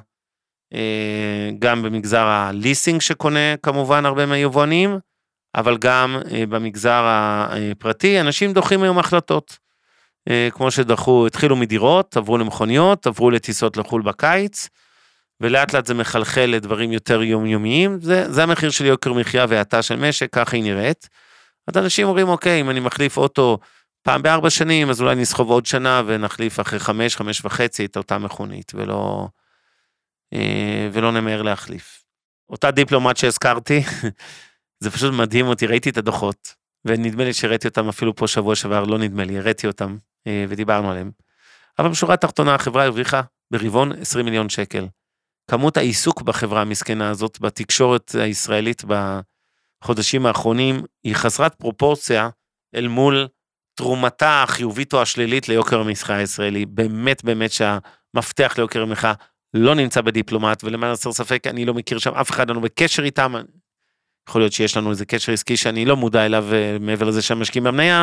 Speaker 4: אה, גם במגזר הליסינג שקונה כמובן הרבה מהיבואנים, אבל גם אה, במגזר הפרטי, אנשים דוחים היום החלטות, אה, כמו שדחו, התחילו מדירות, עברו למכוניות, עברו לטיסות לחול בקיץ, ולאט לאט זה מחלחל לדברים יותר יומיומיים, זה, זה המחיר של יוקר מחיה והאטה של משק, ככה היא נראית. אז אנשים אומרים, אוקיי, אם אני מחליף אוטו פעם בארבע שנים, אז אולי נסחוב עוד שנה, ונחליף אחרי חמש, חמש וחצי את אותה מכונית, ולא, ולא נמהר להחליף. אותה דיפלומט שהזכרתי, זה פשוט מדהים אותי, ראיתי את הדוחות, ונדמה לי שראיתי אותם אפילו פה שבוע שעבר, לא נדמה לי, הראיתי אותם, ודיברנו עליהם. אבל בשורה התחתונה, החברה הרוויחה ברבעון עשרים מיליון שקל. כמות העיסוק בחברה המסכנה הזאת, בתקשורת הישראלית בחודשים האחרונים, היא חסרת פרופורציה אל מול תרומתה החיובית או השלילית ליוקר המחיה הישראלי. באמת באמת שהמפתח ליוקר המחיה לא נמצא בדיפלומט, ולמען הסר ספק, אני לא מכיר שם אף אחד, לנו בקשר איתם, יכול להיות שיש לנו איזה קשר עסקי שאני לא מודע אליו, מעבר לזה שהמשקיעים במניה,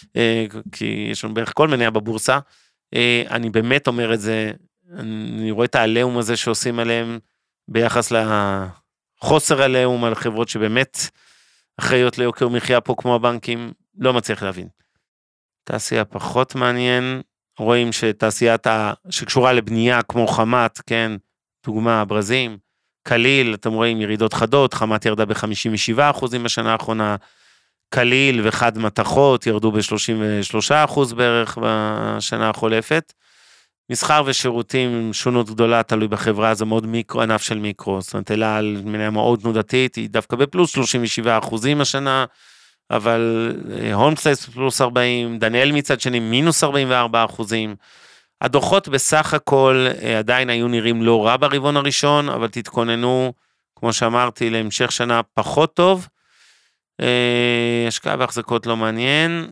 Speaker 4: כי יש לנו בערך כל מניה בבורסה, אני באמת אומר את זה, אני רואה את העליהום הזה שעושים עליהם, ביחס לחוסר עליהום על חברות שבאמת אחראיות ליוקר מחיה פה כמו הבנקים, לא מצליח להבין. תעשייה פחות מעניין, רואים שתעשיית שקשורה לבנייה כמו חמת, כן, דוגמה, ברזים, קליל, אתם רואים ירידות חדות, חמת ירדה ב-חמישים ושבעה אחוזים בשנה האחרונה, קליל וחד מתחות ירדו ב-שלושים ושלושה אחוז בערך בשנה החולפת, מסחר ושירותים, שונות גדולה, תלוי בחברה, זה מאוד מיקרו, ענף של מיקרו, זאת אומרת, אלה על מניה מאוד תנודתית, היא דווקא בפלוס שלושים ושבעה אחוזים השנה, אבל הולמסטייס פלוס ארבעים, דניאל מצד שני מינוס ארבעים וארבעה אחוזים, הדוחות בסך הכל עדיין היו נראים לא רע ברבעון הראשון, אבל תתכוננו, כמו שאמרתי, להמשך שנה פחות טוב, השקעה בהחזקות לא מעניין,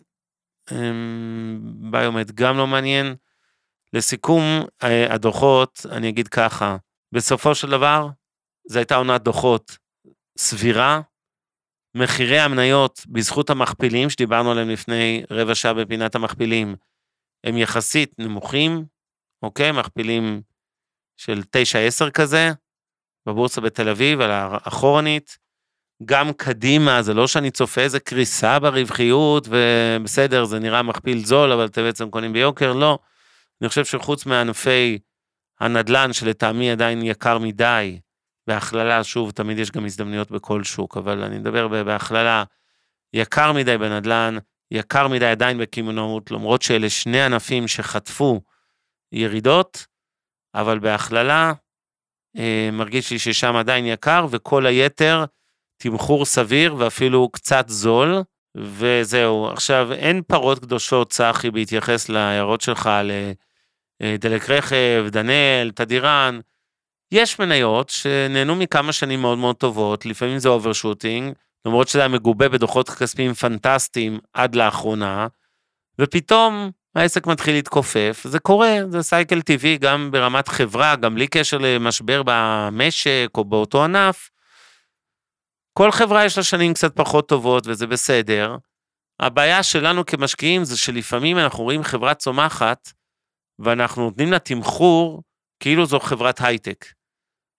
Speaker 4: ביומט גם לא מעניין, לסיכום הדוחות, אני אגיד ככה, בסופו של דבר, זו הייתה עונת דוחות סבירה, מחירי המניות בזכות המכפילים, שדיברנו עליהם לפני רבע שעה בפינת המכפילים, הם יחסית נמוכים, אוקיי, מכפילים של תשע עשר כזה, בבורסה בתל אביב, על האחורנית, גם קדימה, זה לא שאני צופה, זה קריסה ברווחיות, ובסדר, זה נראה מכפיל זול, אבל אתם בעצם קונים ביוקר, לא, אני חושב שחוץ מענפי הנדלן, שלטעמי עדיין יקר מדי, בהכללה, שוב, תמיד יש גם הזדמנויות בכל שוק, אבל אני מדבר בהכללה, יקר מדי בנדלן, יקר מדי עדיין בקמעונאות, למרות שאלה שני ענפים שחטפו ירידות, אבל בהכללה, אה, מרגיש לי ששם עדיין יקר, וכל היתר תמחור סביר, ואפילו קצת זול, וזהו. עכשיו, אין פרות קדושות, צחי, בהתייחס להערות שלך, לדלק רכב, דנאל, תדירן, יש מניות שנהנו מכמה שנים מאוד מאוד טובות, לפעמים זה אוברשוטינג, למרות שזה היה מגובה בדוחות כספיים פנטסטיים עד לאחרונה, ופתאום העסק מתחיל להתכופף, זה קורה, זה סייקל טבעי, גם ברמת חברה, גם בלי קשר למשבר במשק או באותו ענף, כל חברה יש לה שנים קצת פחות טובות, וזה בסדר. הבעיה שלנו כמשקיעים זה שלפעמים אנחנו רואים חברה צומחת, ואנחנו נותנים לה תמחור, כאילו זו חברת הייטק.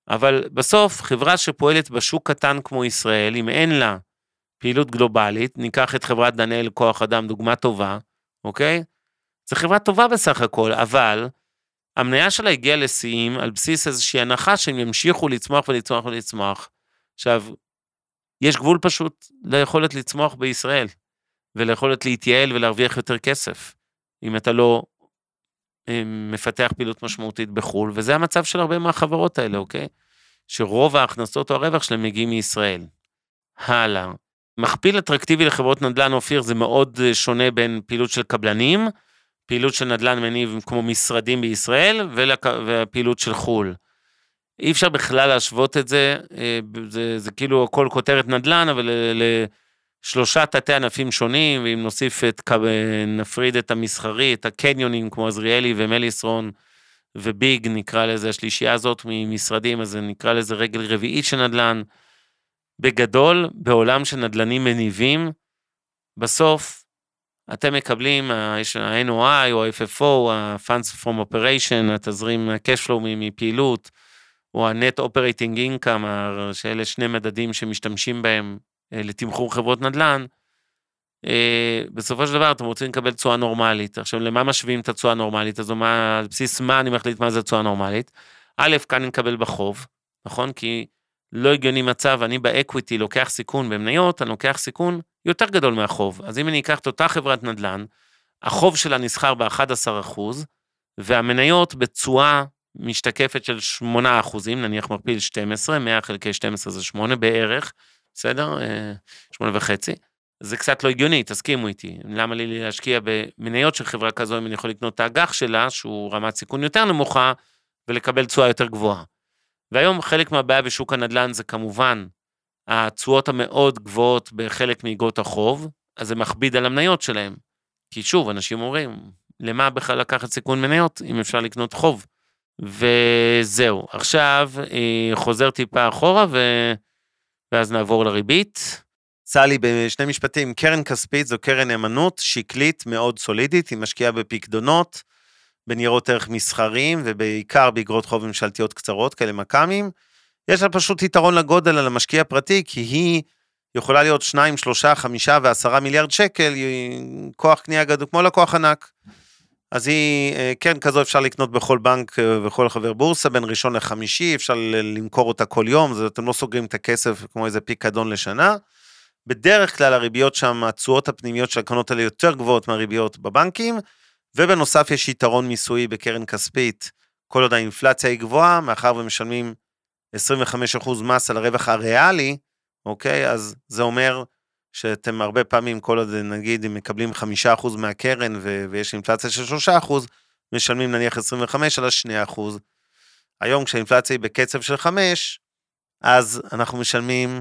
Speaker 4: אבל בסוף, חברה שפועלת בשוק קטן כמו ישראל, אם אין לה פעילות גלובלית, ניקח את חברת דנאל כוח אדם, דוגמה טובה, אוקיי? זו חברה טובה בסך הכל, אבל המניה שלה הגיעה לשיאים על בסיס איזושהי הנחה שהם ימשיכו לצמוח ולצמוח ולצמוח. עכשיו, יש גבול פשוט ליכולת לצמוח בישראל, וליכולת להתייעל ולהרוויח יותר כסף, אם אתה לא מפתח פעילות משמעותית בחול, וזה המצב של הרבה מהחברות האלה, אוקיי? שרוב ההכנסות או הרווח שלהם מגיעים מישראל. הלאה. מכפיל אטרקטיבי לחברות נדל"ן, אופיר, זה מאוד שונה בין פעילות של קבלנים, פעילות של נדל"ן מניב כמו משרדים בישראל, והפעילות של חול. אי אפשר בכלל להשוות את זה, זה, זה כאילו הכל כותרת נדל"ן, אבל לשלושה תתי ענפים שונים, ואם נוסיף את, נפריד את המסחרי, את הקניונים כמו עזריאלי ומליסרון, וביג נקרא לזה, השלישייה הזאת ממשרדים, אז נקרא לזה רגל רביעית של נדל"ן. בגדול, בעולם של נדל"נים מניבים, בסוף, אתם מקבלים, יש ה-אן או איי או ה-אף אף או, ה-Funds from Operation, התזרים ה-Cash Flow מפעילות, או ה-Net Operating Income, שאלה שני מדדים שמשתמשים בהם לתמחור חברות נדל"ן, בסופו של דבר אתם רוצים לקבל תשואה נורמלית. עכשיו, למה משווים את התשואה הנורמלית? אז מה, על בסיס מה אני מחליט מה זה תשואה נורמלית? א', כאן אני מקבל בחוב, נכון? כי לא הגיוני מצב, אני באקוויטי לוקח סיכון במניות, אני לוקח סיכון יותר גדול מהחוב. אז אם אני אקח את אותה חברת נדל"ן, החוב שלה נסחר ב-אחד עשר אחוז, והמניות בתשואה משתקפת של שמונה אחוזים, נניח מכפיל שתים עשרה, מאה חלקי שתים עשרה זה שמונה בערך, בסדר? שמונה וחצי. זה קצת לא הגיוני, תסכימו איתי. למה לי להשקיע במניות של חברה כזו, אם אני יכול לקנות את האג"ח שלה, שהוא רמת סיכון יותר נמוכה, ולקבל תשואה יותר גבוהה. והיום חלק מהבעיה בשוק הנדל"ן זה כמובן התשואות המאוד גבוהות בחלק מאיגרות החוב, אז זה מכביד על המניות שלהם. כי שוב, אנשים אומרים, למה בכלל לקחת סיכון מניות, אם אפשר לקנות חוב? וזהו. עכשיו חוזר טיפה אחורה, ו... ואז נעבור לריבית.
Speaker 3: סלי, בשני משפטים, קרן כספית זו קרן נאמנות שקלית מאוד סולידית, היא משקיעה בפקדונות, בניירות ערך מסחריים, ובעיקר באגרות חוב ממשלתיות קצרות, כאלה מקמים. יש לה פשוט יתרון לגודל על המשקיע הפרטי, כי היא יכולה להיות שניים, שלושה, חמישה ועשרה מיליארד שקל, היא כוח קנייה גדול, כמו לקוח ענק. אז היא, כן, כזו אפשר לקנות בכל בנק וכל חבר בורסה, בין ראשון לחמישי, אפשר למכור אותה כל יום, זה, אתם לא סוגרים את הכסף כמו איזה פיקדון לשנה. בדרך כלל הריביות שם, התשואות הפנימיות של הקרנות האלה יותר גבוהות מהריביות בבנקים, ובנוסף יש יתרון מיסוי בקרן כספית, כל עוד האינפלציה היא גבוהה, מאחר ומשלמים עשרים וחמישה אחוז מס על הרווח הריאלי, אוקיי, אז זה אומר שאתם הרבה פעמים, כל עוד נגיד, אם מקבלים חמישה אחוז מהקרן, ו- ויש אינפלציה של שלושה אחוז, משלמים נניח עשרים וחמש על שני אחוז. היום כשהאינפלציה היא בקצב של חמש, אז אנחנו משלמים,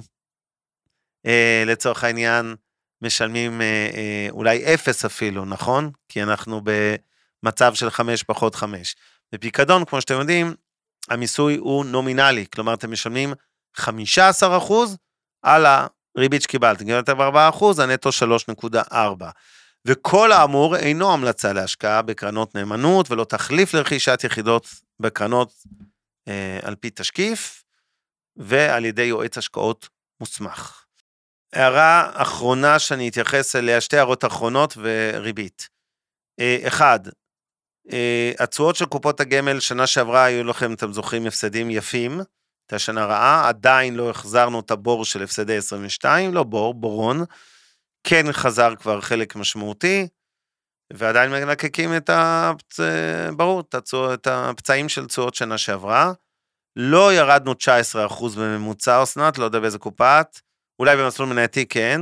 Speaker 3: אה, לצורך העניין, משלמים אה, אה, אולי אפס אפילו, נכון? כי אנחנו במצב של חמש פחות חמש. בפיקדון, כמו שאתם יודעים, המיסוי הוא נומינלי, כלומר אתם משלמים חמישה עשר אחוז על הריבית שקיבלתם, גם יותר ב-ארבעה אחוז, הנטו שלוש נקודה ארבע. וכל האמור אינו המלצה להשקעה בקרנות נאמנות, ולא תחליף לרכישת יחידות בקרנות אה, על פי תשקיף, ועל ידי יועץ השקעות מוסמך. הערה אחרונה שאני אתייחס אליה, שתי הערות אחרונות וריבית. אחד, התשואות של קופות הגמל, שנה שעברה היו לכם, אתם זוכרים, הפסדים יפים, הייתה שנה רעה, עדיין לא החזרנו את הבור של הפסדי עשרים ושתיים, לא בור, בורון, כן חזר כבר חלק משמעותי, ועדיין מלקקים את, הפצ... ברור, את הפצעים של תשואות שנה שעברה, לא ירדנו תשע עשרה אחוז בממוצע, אסנת, לא יודע באיזה קופת, אולי במסלול מנייתי כן,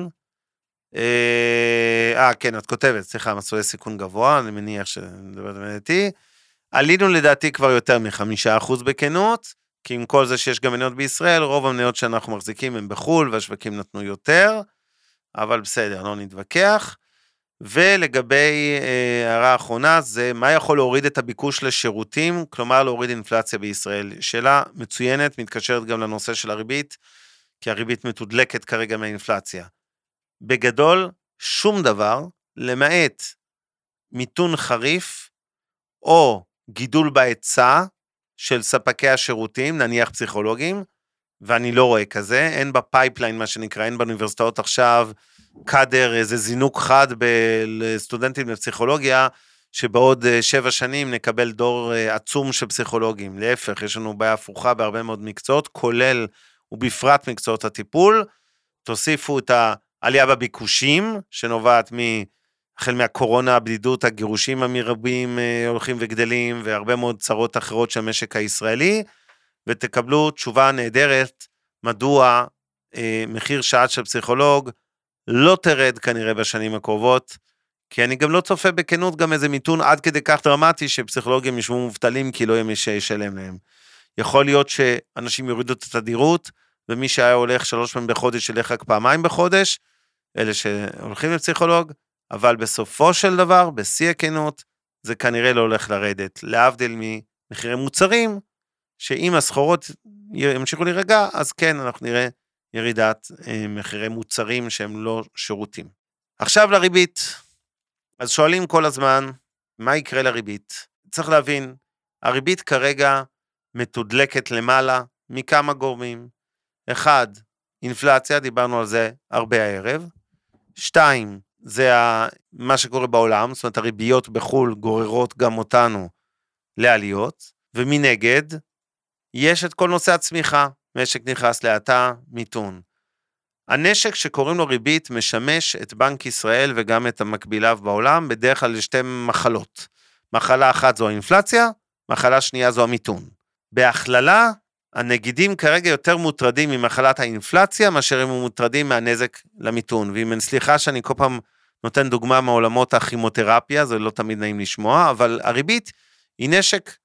Speaker 3: אה, כן, את כותבת, סליחה, מסלולי סיכון גבוה, אני מניח שנדבר במנייתי, עלינו לדעתי כבר יותר מחמישה אחוז בכנות, כי עם כל זה שיש גם מניות בישראל, רוב המניות שאנחנו מחזיקים הם בחול, והשווקים נתנו יותר, אבל בסדר, לא נתווכח, ולגבי הערה האחרונה, זה מה יכול להוריד את הביקוש לשירותים, כלומר להוריד אינפלציה בישראל, שאלה מצוינת, מתקשרת גם לנושא של הריבית, כי הריבית מתודלקת כרגע מהאינפלציה. בגדול, שום דבר, למעט מיתון חריף, או גידול בהיצע, של ספקי השירותים, נניח פסיכולוגים, ואני לא רואה כזה, אין בפייפליין מה שנקרא, אין באוניברסיטאות עכשיו, קאדר, איזה זינוק חד לסטודנטים בפסיכולוגיה, שבעוד שבע שנים נקבל דור עצום של פסיכולוגים, להפך, יש לנו בעיה הפוכה בהרבה מאוד מקצועות, כולל ובפרט מקצועות הטיפול, תוסיפו את העלייה בביקושים, שנובעת מ... החל מהקורונה, הבדידות, הגירושים המרבים הולכים וגדלים, והרבה מאוד צרות אחרות של המשק הישראלי, ותקבלו תשובה נהדרת, מדוע אה, מחיר שעת של פסיכולוג לא תרד כנראה בשנים הקרובות, כי אני גם לא צופה בכנות גם איזה מיתון עד כדי כך דרמטי, שפסיכולוגים ישבו מובטלים, כי לא יהיה מי שישלם להם. יכול להיות שאנשים יורידו את התדירות, ומי שהיה הולך שלוש פעמים בחודש, ילך רק פעמיים בחודש, אלה שהולכים לפסיכולוג, אבל בסופו של דבר, בשיא הכנות, זה כנראה לא הולך לרדת, להבדיל ממחירי מוצרים, שאם הסחורות ימשיכו להירגע, אז כן, אנחנו נראה ירידת אה, מחירי מוצרים שהם לא שירותים. עכשיו לריבית, אז שואלים כל הזמן, מה יקרה לריבית? צריך להבין, הריבית כרגע מתודלקת למעלה מכמה גורמים. אחד, אינפלציה, דיברנו על זה הרבה הערב. שתיים, זה מה שקורה בעולם, זאת אומרת הריביות בחול גוררות גם אותנו לעליות, ומנגד יש את כל נושא הצמיחה, משק נכנס להאטה, מיתון. הנשק שקוראים לו ריבית משמש את בנק ישראל וגם את המקביליו בעולם, בדרך כלל לשתי מחלות. מחלה אחת זו האינפלציה, מחלה שנייה זו המיתון. בהכללה, הנגידים כרגע יותר מוטרדים ממחלת האינפלציה, מאשר הם מוטרדים מהנזק למיתון. ואם אין סליחה שאני כל פעם נותן דוגמה מעולמות הכימותרפיה, זה לא תמיד נעים לשמוע, אבל הריבית היא נשק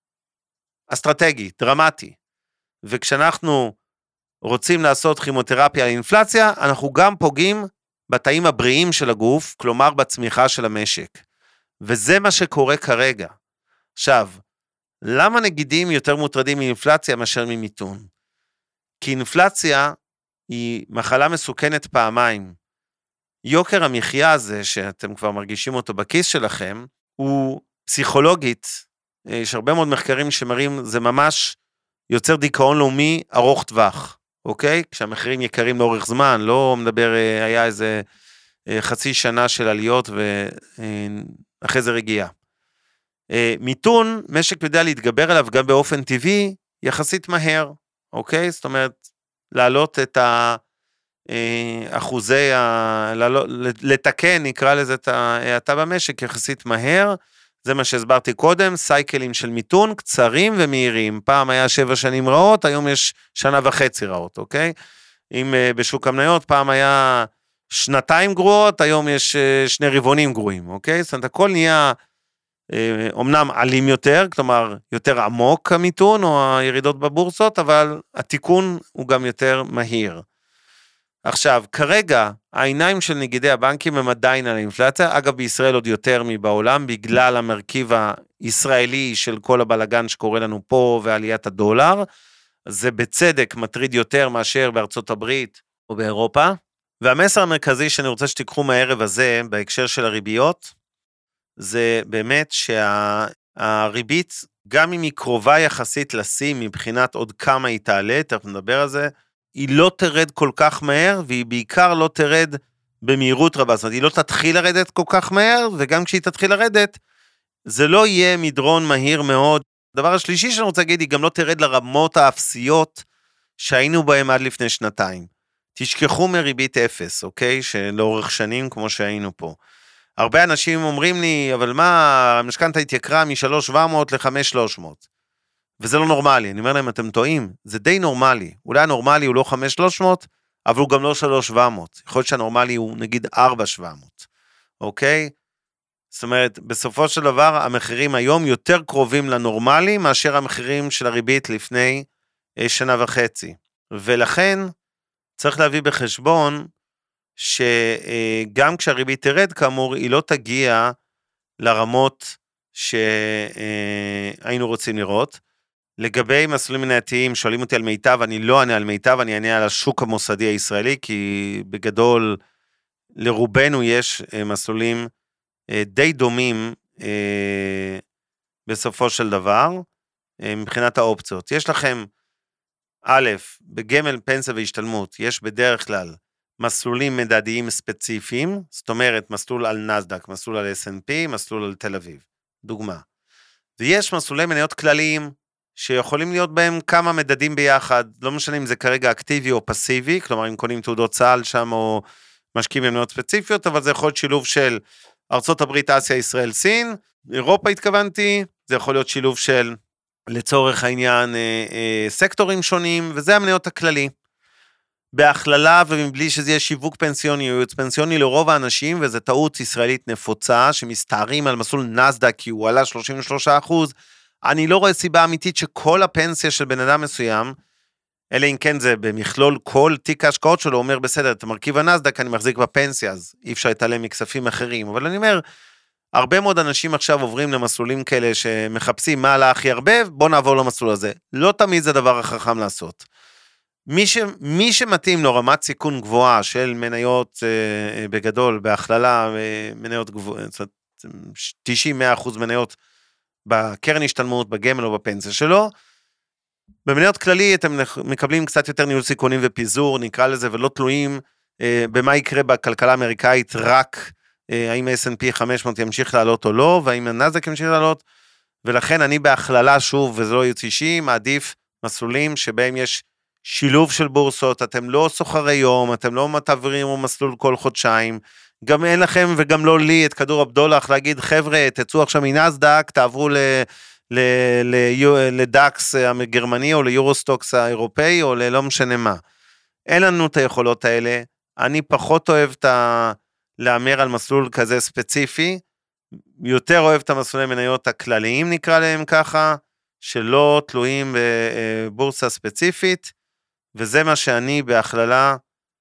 Speaker 3: אסטרטגי, דרמטי. וכשאנחנו רוצים לעשות כימותרפיה לאינפלציה, אנחנו גם פוגעים בתאים הבריאים של הגוף, כלומר בצמיחה של המשק. וזה מה שקורה כרגע. עכשיו, למה נגידים יותר מוטרדים מאינפלציה מאשר ממיתון? כי אינפלציה היא מחלה מסוכנת פעמיים. יוקר המחיה הזה, שאתם כבר מרגישים אותו בכיס שלכם, הוא פסיכולוגית, יש הרבה מאוד מחקרים שמראים, זה ממש יוצר דיכאון לאומי ארוך טווח, אוקיי? כשהמחירים יקרים לאורך זמן, לא מדבר, היה איזה חצי שנה של עליות, ואחרי זה רגיעה. מיתון, משק יודע להתגבר עליו גם באופן טבעי, יחסית מהר, אוקיי? זאת אומרת, להעלות את האחוזי, לתקן, נקרא לזה את ההאטה במשק, יחסית מהר, זה מה שהסברתי קודם, סייקלים של מיתון, קצרים ומהירים, פעם היה שבע שנים רעות, היום יש שנה וחצי רעות, אוקיי? אם בשוק המניות, פעם היה שנתיים גרועות, היום יש שני רבעונים גרועים, אוקיי? זאת אומרת, הכל נהיה אומנם עלים יותר, כלומר יותר עמוק המיתון או הירידות בבורסות, אבל התיקון הוא גם יותר מהיר. עכשיו, כרגע העיניים של נגידי הבנקים הם עדיין על האינפלציה, אגב בישראל עוד יותר מבעולם, בגלל המרכיב הישראלי של כל הבלגן שקורה לנו פה ועליית הדולר, זה בצדק מטריד יותר מאשר בארצות הברית או באירופה, והמסר המרכזי שאני רוצה שתיקחו מהערב הזה בהקשר של הריביות, זה באמת שהריבית, גם אם היא קרובה יחסית לשים, מבחינת עוד כמה היא תעלה, תכף נדבר על זה, היא לא תרד כל כך מהר, והיא בעיקר לא תרד במהירות רבה, זאת אומרת, היא לא תתחיל לרדת כל כך מהר, וגם כשהיא תתחיל לרדת, זה לא יהיה מדרון מהיר מאוד. הדבר השלישי שאני רוצה להגיד, היא גם לא תרד לרמות האפסיות, שהיינו בהם עד לפני שנתיים. תשכחו מריבית אפס, אוקיי? שלאורך שנים כמו שהיינו פה. הרבה אנשים אומרים לי, אבל מה, המשכנתא התייקרה מ-שלוש אלף שבע מאות ל-חמש אלף שלוש מאות. וזה לא נורמלי. אני אומר להם, אתם טועים, זה די נורמלי. אולי הנורמלי הוא לא חמש אלף שלוש מאות, אבל הוא גם לא שלוש אלף שבע מאות. יכול להיות שהנורמלי הוא נגיד ארבע אלף שבע מאות. אוקיי? זאת אומרת, בסופו של דבר, המחירים היום יותר קרובים לנורמלי, מאשר המחירים של הריבית לפני שנה וחצי. ולכן, צריך להביא בחשבון, שגם כשהריבית תרד, כאמור, היא לא תגיע לרמות שהיינו רוצים לראות. לגבי מסלולים מנייתיים, שואלים אותי על מיטב, אני לא אענה על מיטב, אני אענה על השוק המוסדי הישראלי, כי בגדול לרובנו יש מסלולים די דומים בסופו של דבר, מבחינת האופציות. יש לכם, א', בגמל פנסיה והשתלמות, יש בדרך כלל מסלולים מדדיים ספציפיים, זאת אומרת, מסלול על נסדק, מסלול על אס אנד פי, מסלול על תל אביב, דוגמה. ויש מסלולי מניות כלליים, שיכולים להיות בהם כמה מדדים ביחד, לא משנה אם זה כרגע אקטיבי או פסיבי, כלומר אם קונים תעודות צה"ל שם או משקיעים במניות ספציפיות, אבל זה יכול להיות שילוב של ארצות הברית, אסיה, ישראל, סין, אירופה התכוונתי, זה יכול להיות שילוב של לצורך העניין אה, אה, סקטורים שונים, וזה המניות הכללי. בהכללה ומבלי שזה יהיה שיווק פנסיוני או ייעוץ פנסיוני לרוב האנשים, וזו טעות ישראלית נפוצה, שמסתערים על מסלול נסדק, כי הוא עלה שלושים ושלושה אחוז, אני לא רואה סיבה אמיתית שכל הפנסיה של בן אדם מסוים, אלא אם כן זה במכלול כל תיק ההשקעות שלו, אומר בסדר, את המרכיב הנסדק אני מחזיק בפנסיה, אז אי אפשר להתעלם מכספים אחרים, אבל אני אומר, הרבה מאוד אנשים עכשיו עוברים למסלולים כאלה שמחפשים מה עלה הכי הרבה, בוא נעבור למסלול הזה. לא תמיד זה דבר החכם לעשות. מי, ש, מי שמתאים לו רמת סיכון גבוהה של מניות אה, בגדול, בהכללה, אה, מניות גבוהה, תשעים עד מאה אחוז מניות בקרן השתלמות, בגמל או בפנסיה שלו, במניות כללי אתם מקבלים קצת יותר ניהול סיכונים ופיזור, נקרא לזה, ולא תלויים אה, במה יקרה בכלכלה האמריקאית, רק אה, האם ה-אס אנד פי חמש מאות ימשיך לעלות או לא, והאם הנאסד"ק ימשיך לעלות, ולכן אני בהכללה שוב, וזה לא ייעוץ אישי, מעדיף מסלולים שבהם יש שילוב של בורסות, אתם לא סוחרי יום, אתם לא מתעברים מסלול כל חודשיים, גם אין לכם וגם לא לי את כדור הבדולח להגיד, חבר'ה, תצאו עכשיו מנסדק, תעברו ל... לדאקס הגרמני או ליורוסטוקס האירופאי או ללא משנה מה. אין לנו את היכולות האלה, אני פחות אוהב את ה... לאמר על מסלול כזה ספציפי, יותר אוהב את המסלולי מניות הכלליים נקרא להם ככה, שלא תלויים בבורסה ספציפית, וזה מה שאני בהכללה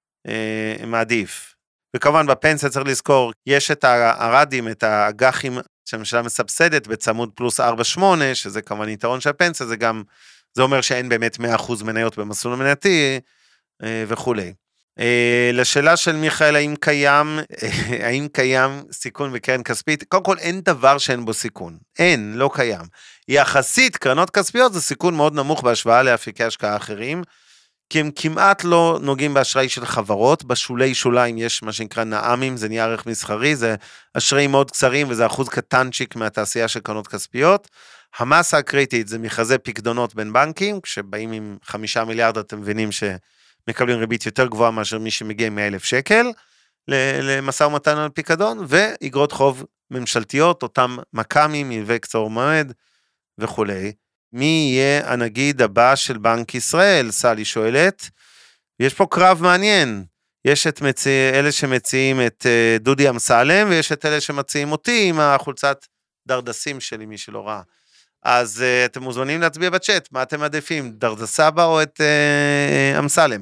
Speaker 3: אה, מעדיף. וכמובן בפנסיה צריך לזכור, יש את הרדים, את האג"חים שהממשלה מסבסדת בצמוד פלוס ארבע שמונה, שזה כמובן יתרון של הפנסיה, זה גם, זה אומר שאין באמת מאה אחוז מניות במסלול המנייתי אה, וכו'. אה, לשאלה של מיכאל, האם קיים, אה, האם קיים סיכון בקרן כספית? קודם כל אין דבר שאין בו סיכון, אין, לא קיים. יחסית קרנות כספיות זה סיכון מאוד נמוך בהשוואה לאפיקי השקעה אחרים, כי הם כמעט לא נוגעים באשראי של חברות, בשולי שוליים יש מה שנקרא נעמים, זה נהיה ערך מסחרי, זה אשראים מאוד קצרים, וזה אחוז קטנצ'יק מהתעשייה של קרנות כספיות. המסה הקריטית זה מכרזי פקדונות בין בנקים, כשבאים עם חמישה מיליארד, אתם מבינים שמקבלים ריבית יותר גבוהה מאשר מי שמגיע עם מאה אלף שקל, למשא ומתן על פיקדון, ואגרות חוב ממשלתיות, אותם מקמים, מלווי קצור מועד וכו'. מי יהיה הנגיד הבא של בנק ישראל? סלי שואלת. יש פה קרב מעניין. יש את מציא, אלה שמציעים את uh, דודי אמסלם, ויש את אלה שמציעים אותי עם החולצת דרדסים שלי, מי שלא ראה. אז uh, אתם מוזמנים להצביע בצ'אט, מה אתם מעדיפים? דרדסבא או את uh, אמסלם?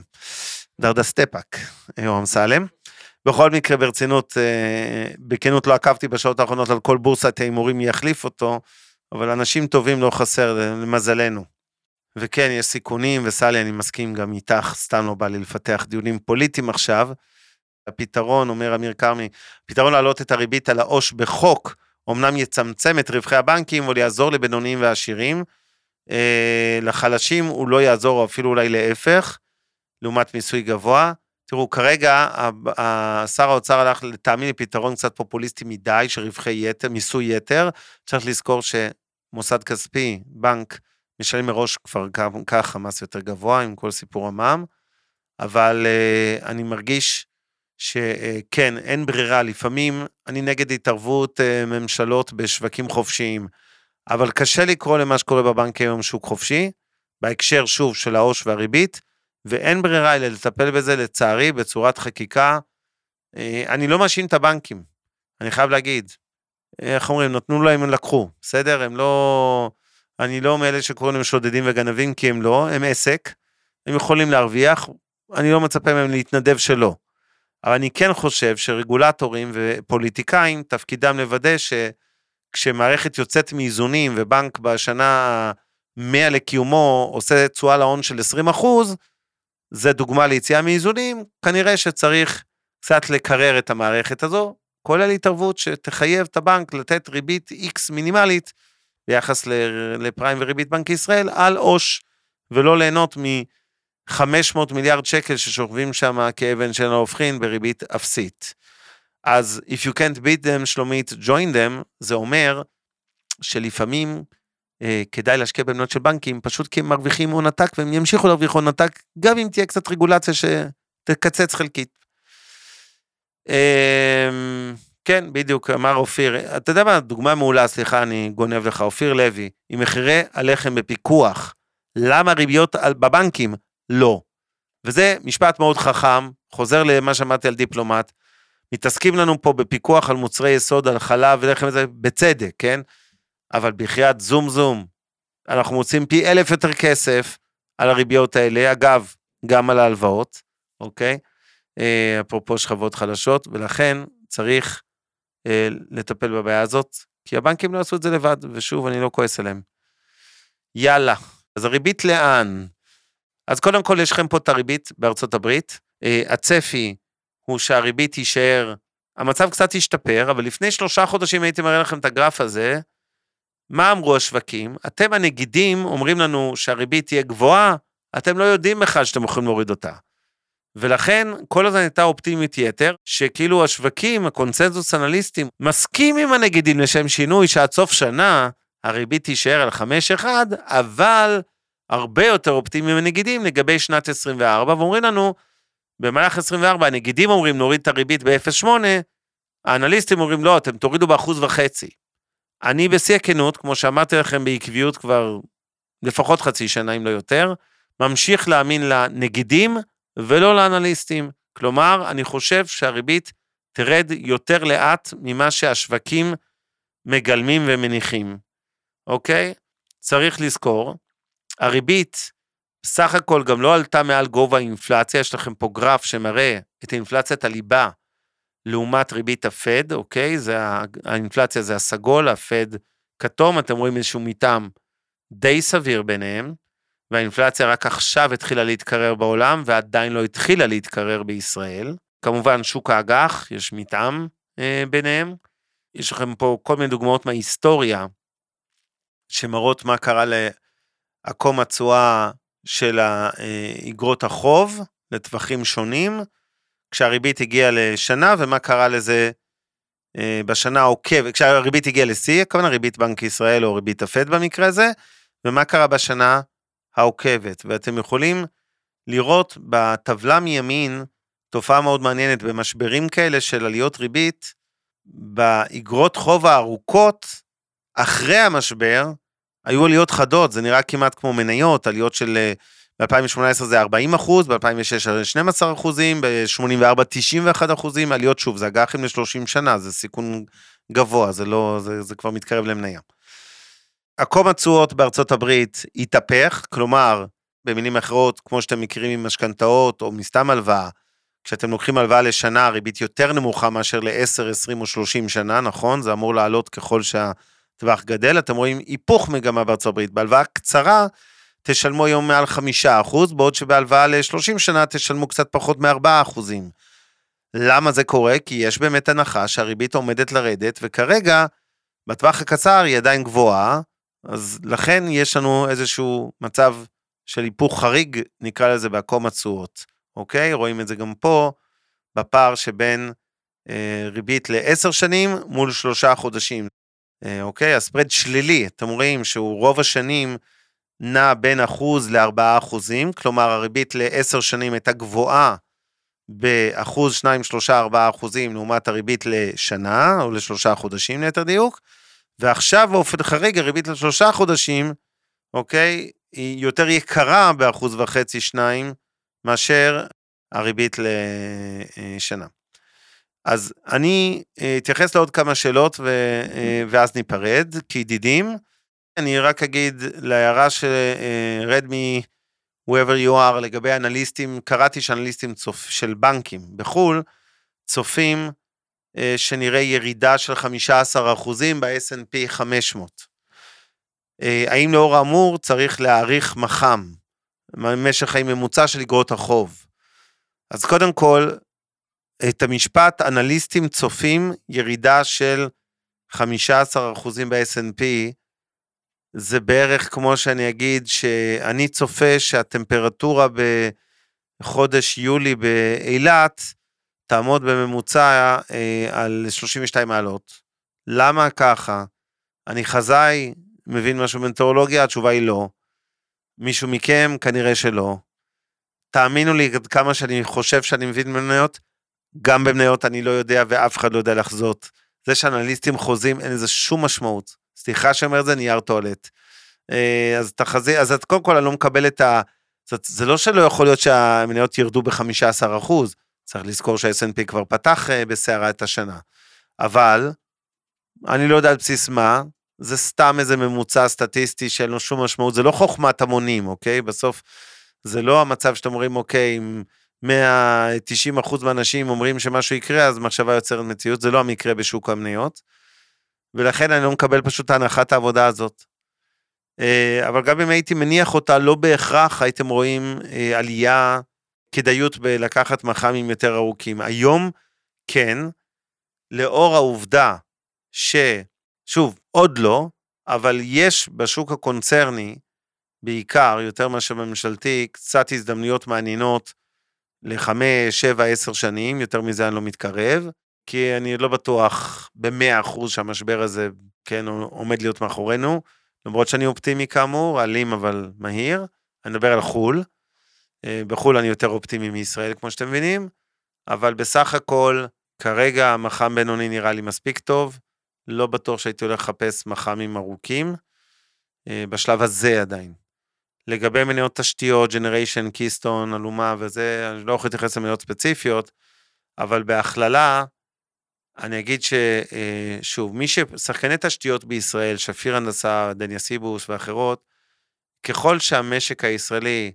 Speaker 3: דרדסטפק או אמסלם. בכל מקרה ברצינות, uh, בכנות לא עקבתי בשעות האחרונות על כל בורסת ההימורים יחליף אותו, אבל אנשים טובים לא חסר, למזלנו. וכן, יש סיכונים, וסלי, אני מסכים גם איתך, סתם לא בא לי לפתח דיונים פוליטיים עכשיו. הפתרון, אומר אמיר קרמי, הפתרון להעלות את הריבית על העו"ש בחוק, אמנם יצמצם את רווחי הבנקים, או יעזור לבינוניים ועשירים, אה, לחלשים הוא לא יעזור, או אפילו אולי להפך, לעומת מיסוי גבוה. תראו, כרגע, שר האוצר הלך לטעמי לפתרון קצת פופוליסטי מדי, שרווחי יתר, מיסוי יתר, צריך לזכור שמוסד כספי, בנק, משלם מראש כבר ככה מס יותר גבוה, עם כל סיפור המע"מ, אבל uh, אני מרגיש שכן, uh, אין ברירה, לפעמים אני נגד התערבות uh, ממשלות בשווקים חופשיים, אבל קשה לקרוא למה שקורה בבנק היום שוק חופשי, בהקשר שוב של העו"ש והריבית, ואין ברירה אלא לטפל בזה לצערי בצורת חקיקה. אני לא מאשים את הבנקים, אני חייב להגיד, איך אומרים, נתנו להם, הם לקחו, בסדר? הם לא, אני לא מאלה שקוראים להם שודדים וגנבים, כי הם לא, הם עסק, הם יכולים להרוויח, אני לא מצפה מהם להתנדב שלא, אבל אני כן חושב שרגולטורים ופוליטיקאים, תפקידם לוודא שכשמערכת יוצאת מאיזונים, ובנק בשנה מאה לקיומו, עושה תשואה להון של עשרים אחוז, זה דוגמה ליציאה מאיזונים, כנראה שצריך קצת לקרר את המערכת הזו, כולל התערבות שתחייב את הבנק לתת ריבית X מינימלית, ביחס לפריים וריבית בנק ישראל, על עוש, ולא ליהנות מ-חמש מאות מיליארד שקל ששוכבים שם כאבן של ההופכין בריבית אפסית. אז if you can't beat them, שלומית, join them, זה אומר שלפעמים אה, כדאי להשקיע במניות של בנקים, פשוט כי הם מרוויחים הון עתק, והם ימשיכו להרוויח הון עתק, גם אם תהיה קצת רגולציה שתקצץ חלקית. אה, כן, בדיוק, אמר אופיר, אתה יודע מה, דוגמה מעולה, סליחה, אני גונב לך, אופיר לוי, עם מחירי הלחם בפיקוח, למה ריביות בבנקים? לא. וזה משפט מאוד חכם, חוזר למה שאמרתי על דיפלומט, מתעסקים לנו פה בפיקוח על מוצרי יסוד, על חלב ולחם וזה בצדק, כן? אבל בחייאת זום זום, אנחנו מוצאים פי אלף יותר כסף על הריביות האלה, אגב, גם על ההלוואות, אוקיי? אפרופו שכבות חלשות, ולכן צריך לטפל בבעיה הזאת, כי הבנקים לא עשו את זה לבד, ושוב, אני לא כועס עליהם. יאללה, אז הריבית לאן? אז קודם כל יש לכם פה את הריבית בארצות הברית, הצפי הוא שהריבית יישאר, המצב קצת ישתפר, אבל לפני שלושה חודשים הייתי מראה לכם את הגרף הזה, מה אמרו השווקים? אתם הנגידים אומרים לנו שהריבית תהיה גבוהה, אתם לא יודעים בכלל שאתם יכולים להוריד אותה. ולכן כל הזמן הייתה אופטימית יתר, שכאילו השווקים, הקונסנזוס אנליסטים, מסכים עם הנגידים לשם שינוי, שעד סוף שנה הריבית תישאר על חמש אחד, אבל הרבה יותר אופטימיים הנגידים לגבי שנת עשרים וארבע, ואומרים לנו, במהלך עשרים וארבע הנגידים אומרים נוריד את הריבית ב-אפס נקודה שמונה, האנליסטים אומרים לא, אתם תורידו באחוז וחצי. אני בשיא הכנות, כמו שאמרתי לכם בעקביות כבר לפחות חצי שנה אם לא יותר, ממשיך להאמין לנגידים ולא לאנליסטים. כלומר, אני חושב שהריבית תרד יותר לאט ממה שהשווקים מגלמים ומניחים. אוקיי? צריך לזכור, הריבית בסך הכל גם לא עלתה מעל גובה האינפלציה, יש לכם פה גרף שמראה את האינפלציית הליבה, לעומת ריבית הפד, אוקיי? זה, האינפלציה זה הסגול, הפד כתום, אתם רואים איזשהו מיטם די סביר ביניהם, והאינפלציה רק עכשיו התחילה להתקרר בעולם, ועדיין לא התחילה להתקרר בישראל. כמובן שוק האג"ח, יש מיטם אה, ביניהם. יש לכם פה כל מיני דוגמאות מההיסטוריה, שמראות מה קרה לעקום התשואה של האגרות החוב, לטווחים שונים, כשהריבית הגיעה לשנה, ומה קרה לזה אה, בשנה העוקבת, כשהריבית הגיעה לשיא, כמובן הריבית בנק ישראל, או ריבית הפד במקרה הזה, ומה קרה בשנה העוקבת, ואתם יכולים לראות בטבלה מימין, תופעה מאוד מעניינת, במשברים כאלה של עליות ריבית, באגרות חוב הארוכות, אחרי המשבר, היו עליות חדות, זה נראה כמעט כמו מניות, עליות של, ב-אלפיים שמונה עשרה זה ארבעים אחוז, ב-אלפיים ושש שנים עשר אחוזים, ב-שמונים וארבע תשעים ואחד אחוזים, עליות שוב, זה אג"חים ל-שלושים שנה, זה סיכון גבוה, זה לא, זה, זה כבר מתקרב למניה. עקום התשואות בארצות הברית התהפך, כלומר, במילים אחרות, כמו שאתם מכירים עם משכנתאות, או מסתם הלוואה, כשאתם לוקחים הלוואה לשנה, הריבית יותר נמוכה מאשר ל-עשר, עשרים או שלושים שנה, נכון? זה אמור לעלות ככל שהטווח גדל, אתם רואים היפוך מגמה בארצות הברית, בהלוואה קצרה, תשלמו היום מעל חמישה אחוז, בעוד שבהלוואה ל-שלושים שנה, תשלמו קצת פחות מ-ארבעה אחוזים. למה זה קורה? כי יש באמת הנחה שהריבית עומדת לרדת, וכרגע, בטווח הקצר היא עדיין גבוהה, אז לכן יש לנו איזשהו מצב של היפוך חריג, נקרא לזה בעקום התשואות, אוקיי? רואים את זה גם פה, בפער שבין אה, ריבית לעשר שנים מול שלושה חודשים, אה, אוקיי? הספרד שלילי, אתם רואים שהוא רוב השנים נע בין אחוז לארבעה אחוזים, כלומר הריבית לעשר שנים הייתה גבוהה באחוז, שניים, שלושה, ארבעה אחוזים, לעומת הריבית לשנה, או לשלושה חודשים ליתר דיוק, ועכשיו באופן חריג, הריבית לשלושה חודשים, אוקיי, היא יותר יקרה באחוז וחצי, שניים, מאשר הריבית לשנה. אז אני אתייחס לעוד כמה שאלות, ו... ואז ניפרד, כידידים. אני רק אגיד להערה שרד מ... whoever you are, לגבי אנליסטים, קראתי שאנליסטים צופ... של בנקים בחול, צופים שנראה ירידה של חמישה עשר אחוזים ב-אס אנד פי חמש מאות. האם לאור האמור צריך להאריך מחם, משך הממוצע של אגרות החוב? אז קודם כל, את המשפט, אנליסטים צופים ירידה של חמישה עשר אחוזים ב-אס אנד פי, זה בערך כמו שאני אגיד שאני צופה שהטמפרטורה בחודש יולי באילת תעמוד בממוצע אה, על שלושים ושתיים מעלות. למה ככה? אני חזאי, מבין משהו במטאורולוגיה? התשובה היא לא. מישהו מכם? כנראה שלא. תאמינו לי עד כמה שאני חושב שאני מבין במניות, גם במניות אני לא יודע ואף אחד לא יודע לחזות. זה שאנליסטים חוזים אין לזה שום משמעות. סליחה שאומר את זה, נייר טואלט. אז תחזי, אז את קודם כל אני לא מקבל את ה... זה לא שלא יכול להיות שהמניות ירדו ב-חמישה עשר אחוז, צריך לזכור שה-אס אנד פי כבר פתח בסערה את השנה. אבל, אני לא יודע על בסיס מה, זה סתם איזה ממוצע סטטיסטי שאין לו שום משמעות, זה לא חוכמת המונים, אוקיי? בסוף, זה לא המצב שאתם אומרים, אוקיי, אם מאה ותשעים אחוז מהאנשים אומרים שמשהו יקרה, אז מחשבה יוצרת מציאות, זה לא המקרה בשוק המניות, ולכן אני לא מקבל פשוט הנחת העבודה הזאת. אבל גם אם הייתי מניח אותה, לא בהכרח הייתם רואים עלייה, כדאיות בלקחת מח"מים יותר ארוכים. היום, כן, לאור העובדה ש, שוב, עוד לא, אבל יש בשוק הקונצרני, בעיקר, יותר מאשר בממשלתי, קצת הזדמנויות מעניינות, לחמש, שבע, עשר שנים, יותר מזה אני לא מתקרב, כי אני לא בטוח במאה אחוז שהמשבר הזה, כן, עומד להיות מאחורינו, למרות שאני אופטימי כאמור, אלים אבל מהיר, אני מדבר על חול, בחול אני יותר אופטימי מישראל, כמו שאתם מבינים, אבל בסך הכל, כרגע מח"ם בינוני נראה לי מספיק טוב, לא בטוח שהייתי הולך לחפש מח"מים ארוכים, בשלב הזה עדיין. לגבי מניות תשתיות, ג'נריישן, קיסטון, אלומה וזה, אני לא יכול להתייחס למניות ספציפיות, אבל בהכללה, אני אגיד ששוב, מי ששחקני תשתיות בישראל, שפיר הנדסה, דניה סיבוס ואחרות, ככל שהמשק הישראלי,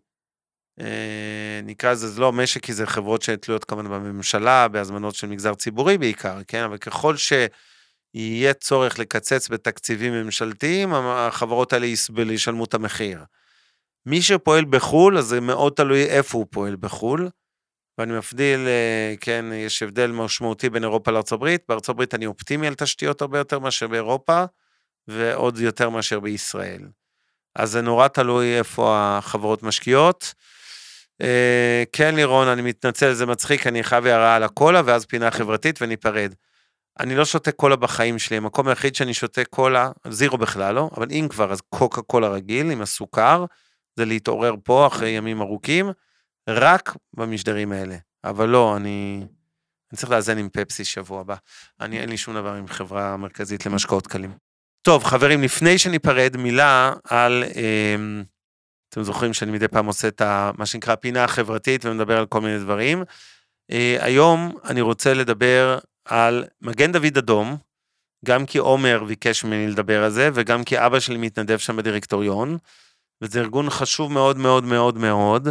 Speaker 3: נקרא לזה, זה לא משק, כי זה חברות שתלויות כמובן בממשלה, בהזמנות של מגזר ציבורי בעיקר, כן? אבל ככל שיהיה צורך לקצץ בתקציבים ממשלתיים, החברות האלה ישלמו את המחיר. מי שפועל בחול, אז זה מאוד תלוי איפה הוא פועל בחול, ואני מפדיל, כן, יש הבדל משמעותי בין אירופה לארצות הברית, בארצות הברית אני אופטימי על תשתיות הרבה יותר מאשר באירופה, ועוד יותר מאשר בישראל. אז זה נורא תלוי איפה החברות משקיעות. כן, לירון, אני מתנצל, זה מצחיק, אני חייב הערה על הקולה, ואז פינה חברתית וניפרד. אני לא שותה קולה בחיים שלי, המקום היחיד שאני שותה קולה, זירו בכלל לא, אבל אם כבר, אז קוקה קולה רגיל, עם הסוכר, זה להתעורר פה אחרי ימים ארוכים, רק במשדרים האלה. אבל לא, אני, אני צריך לאזן עם פפסי שבוע הבא. אני, אין לי שום דבר עם חברה מרכזית למשקאות קלים. טוב, חברים, לפני שניפרד, מילה על, אה, אתם זוכרים שאני מדי פעם עושה את ה, מה שנקרא פינה החברתית, ומדבר על כל מיני דברים. אה, היום אני רוצה לדבר על מגן דוד אדום, גם כי עומר ביקש ממני לדבר על זה, וגם כי אבא שלי מתנדב שם בדירקטוריון, וזה ארגון חשוב מאוד מאוד מאוד מאוד,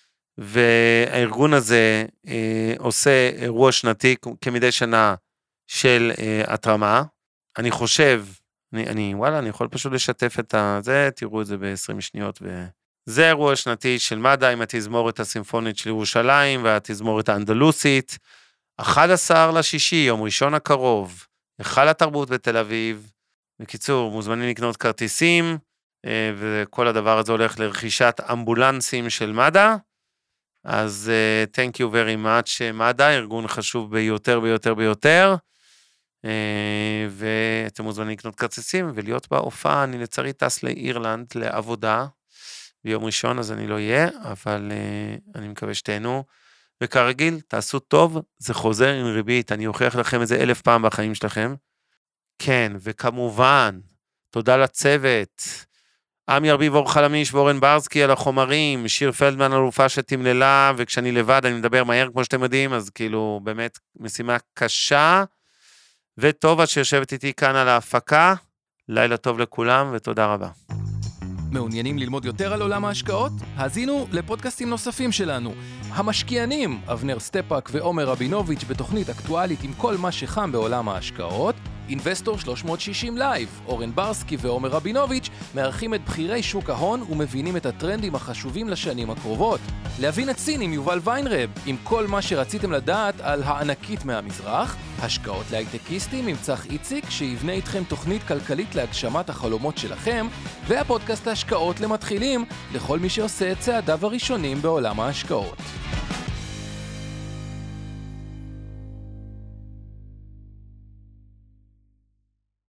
Speaker 3: והארגון הזה אה, עושה אירוע שנתי כמדי שנה של אה, התרמה. אני חושב, אני, אני, וואלה, אני יכול פשוט לשתף את זה, תראו את זה ב-עשרים שניות, וזה אירוע שנתי של מד"א עם התזמורת הסימפונית של ירושלים, והתזמורת האנדלוסית, אחד עשר לשישי, יום ראשון הקרוב, היכל התרבות בתל אביב. בקיצור, מוזמנים לקנות כרטיסים, וכל הדבר הזה הולך לרכישת אמבולנסים של מד"א, אז uh, thank you very much מד"א, ארגון חשוב ביותר ביותר ביותר, uh, ואתם מוזמנים לקנות כרטיסים ולהיות בהופעה. אני לצערי טס לאירלנד לעבודה, ביום ראשון אז אני לא אהיה, אבל uh, אני מקווה שתהנו, וכרגיל תעשו טוב, זה חוזר עם ריבית, אני אוכיח לכם את זה אלף פעם בחיים שלכם. כן, וכמובן, תודה לצוות, עמי ארביב, אור חלמיש ואורן ברסקי על החומרים, שיר פלדמן אלופה שתמללה, וכשאני לבד אני מדבר מהר כמו שאתם יודעים, אז כאילו באמת משימה קשה, וטובה שיושבת איתי כאן על ההפקה. לילה טוב לכולם ותודה רבה.
Speaker 1: מעוניינים ללמוד יותר על עולם ההשקעות? האזינו לפודקאסטים נוספים שלנו. המשקיענים, אבנר סטפאק ועומר רבינוביץ' בתוכנית אקטואלית עם כל מה שחם בעולם ההשקעות. אינבסטור שלוש מאות שישים לייב, אורן ברסקי ועומר רבינוביץ' מארחים את בחירי שוק ההון ומבינים את הטרנדים החשובים לשנים הקרובות. להבין את סין עם יובל ויינרב, עם כל מה שרציתם לדעת על הענקית מהמזרח, השקעות להייטקיסטים עם צח איציק, שיבנה איתכם תוכנית כלכלית להגשמת החלומות שלכם, והפודקאסט ההשקעות למתחילים, לכל מי שעושה את צעדיו הראשונים בעולם ההשקעות.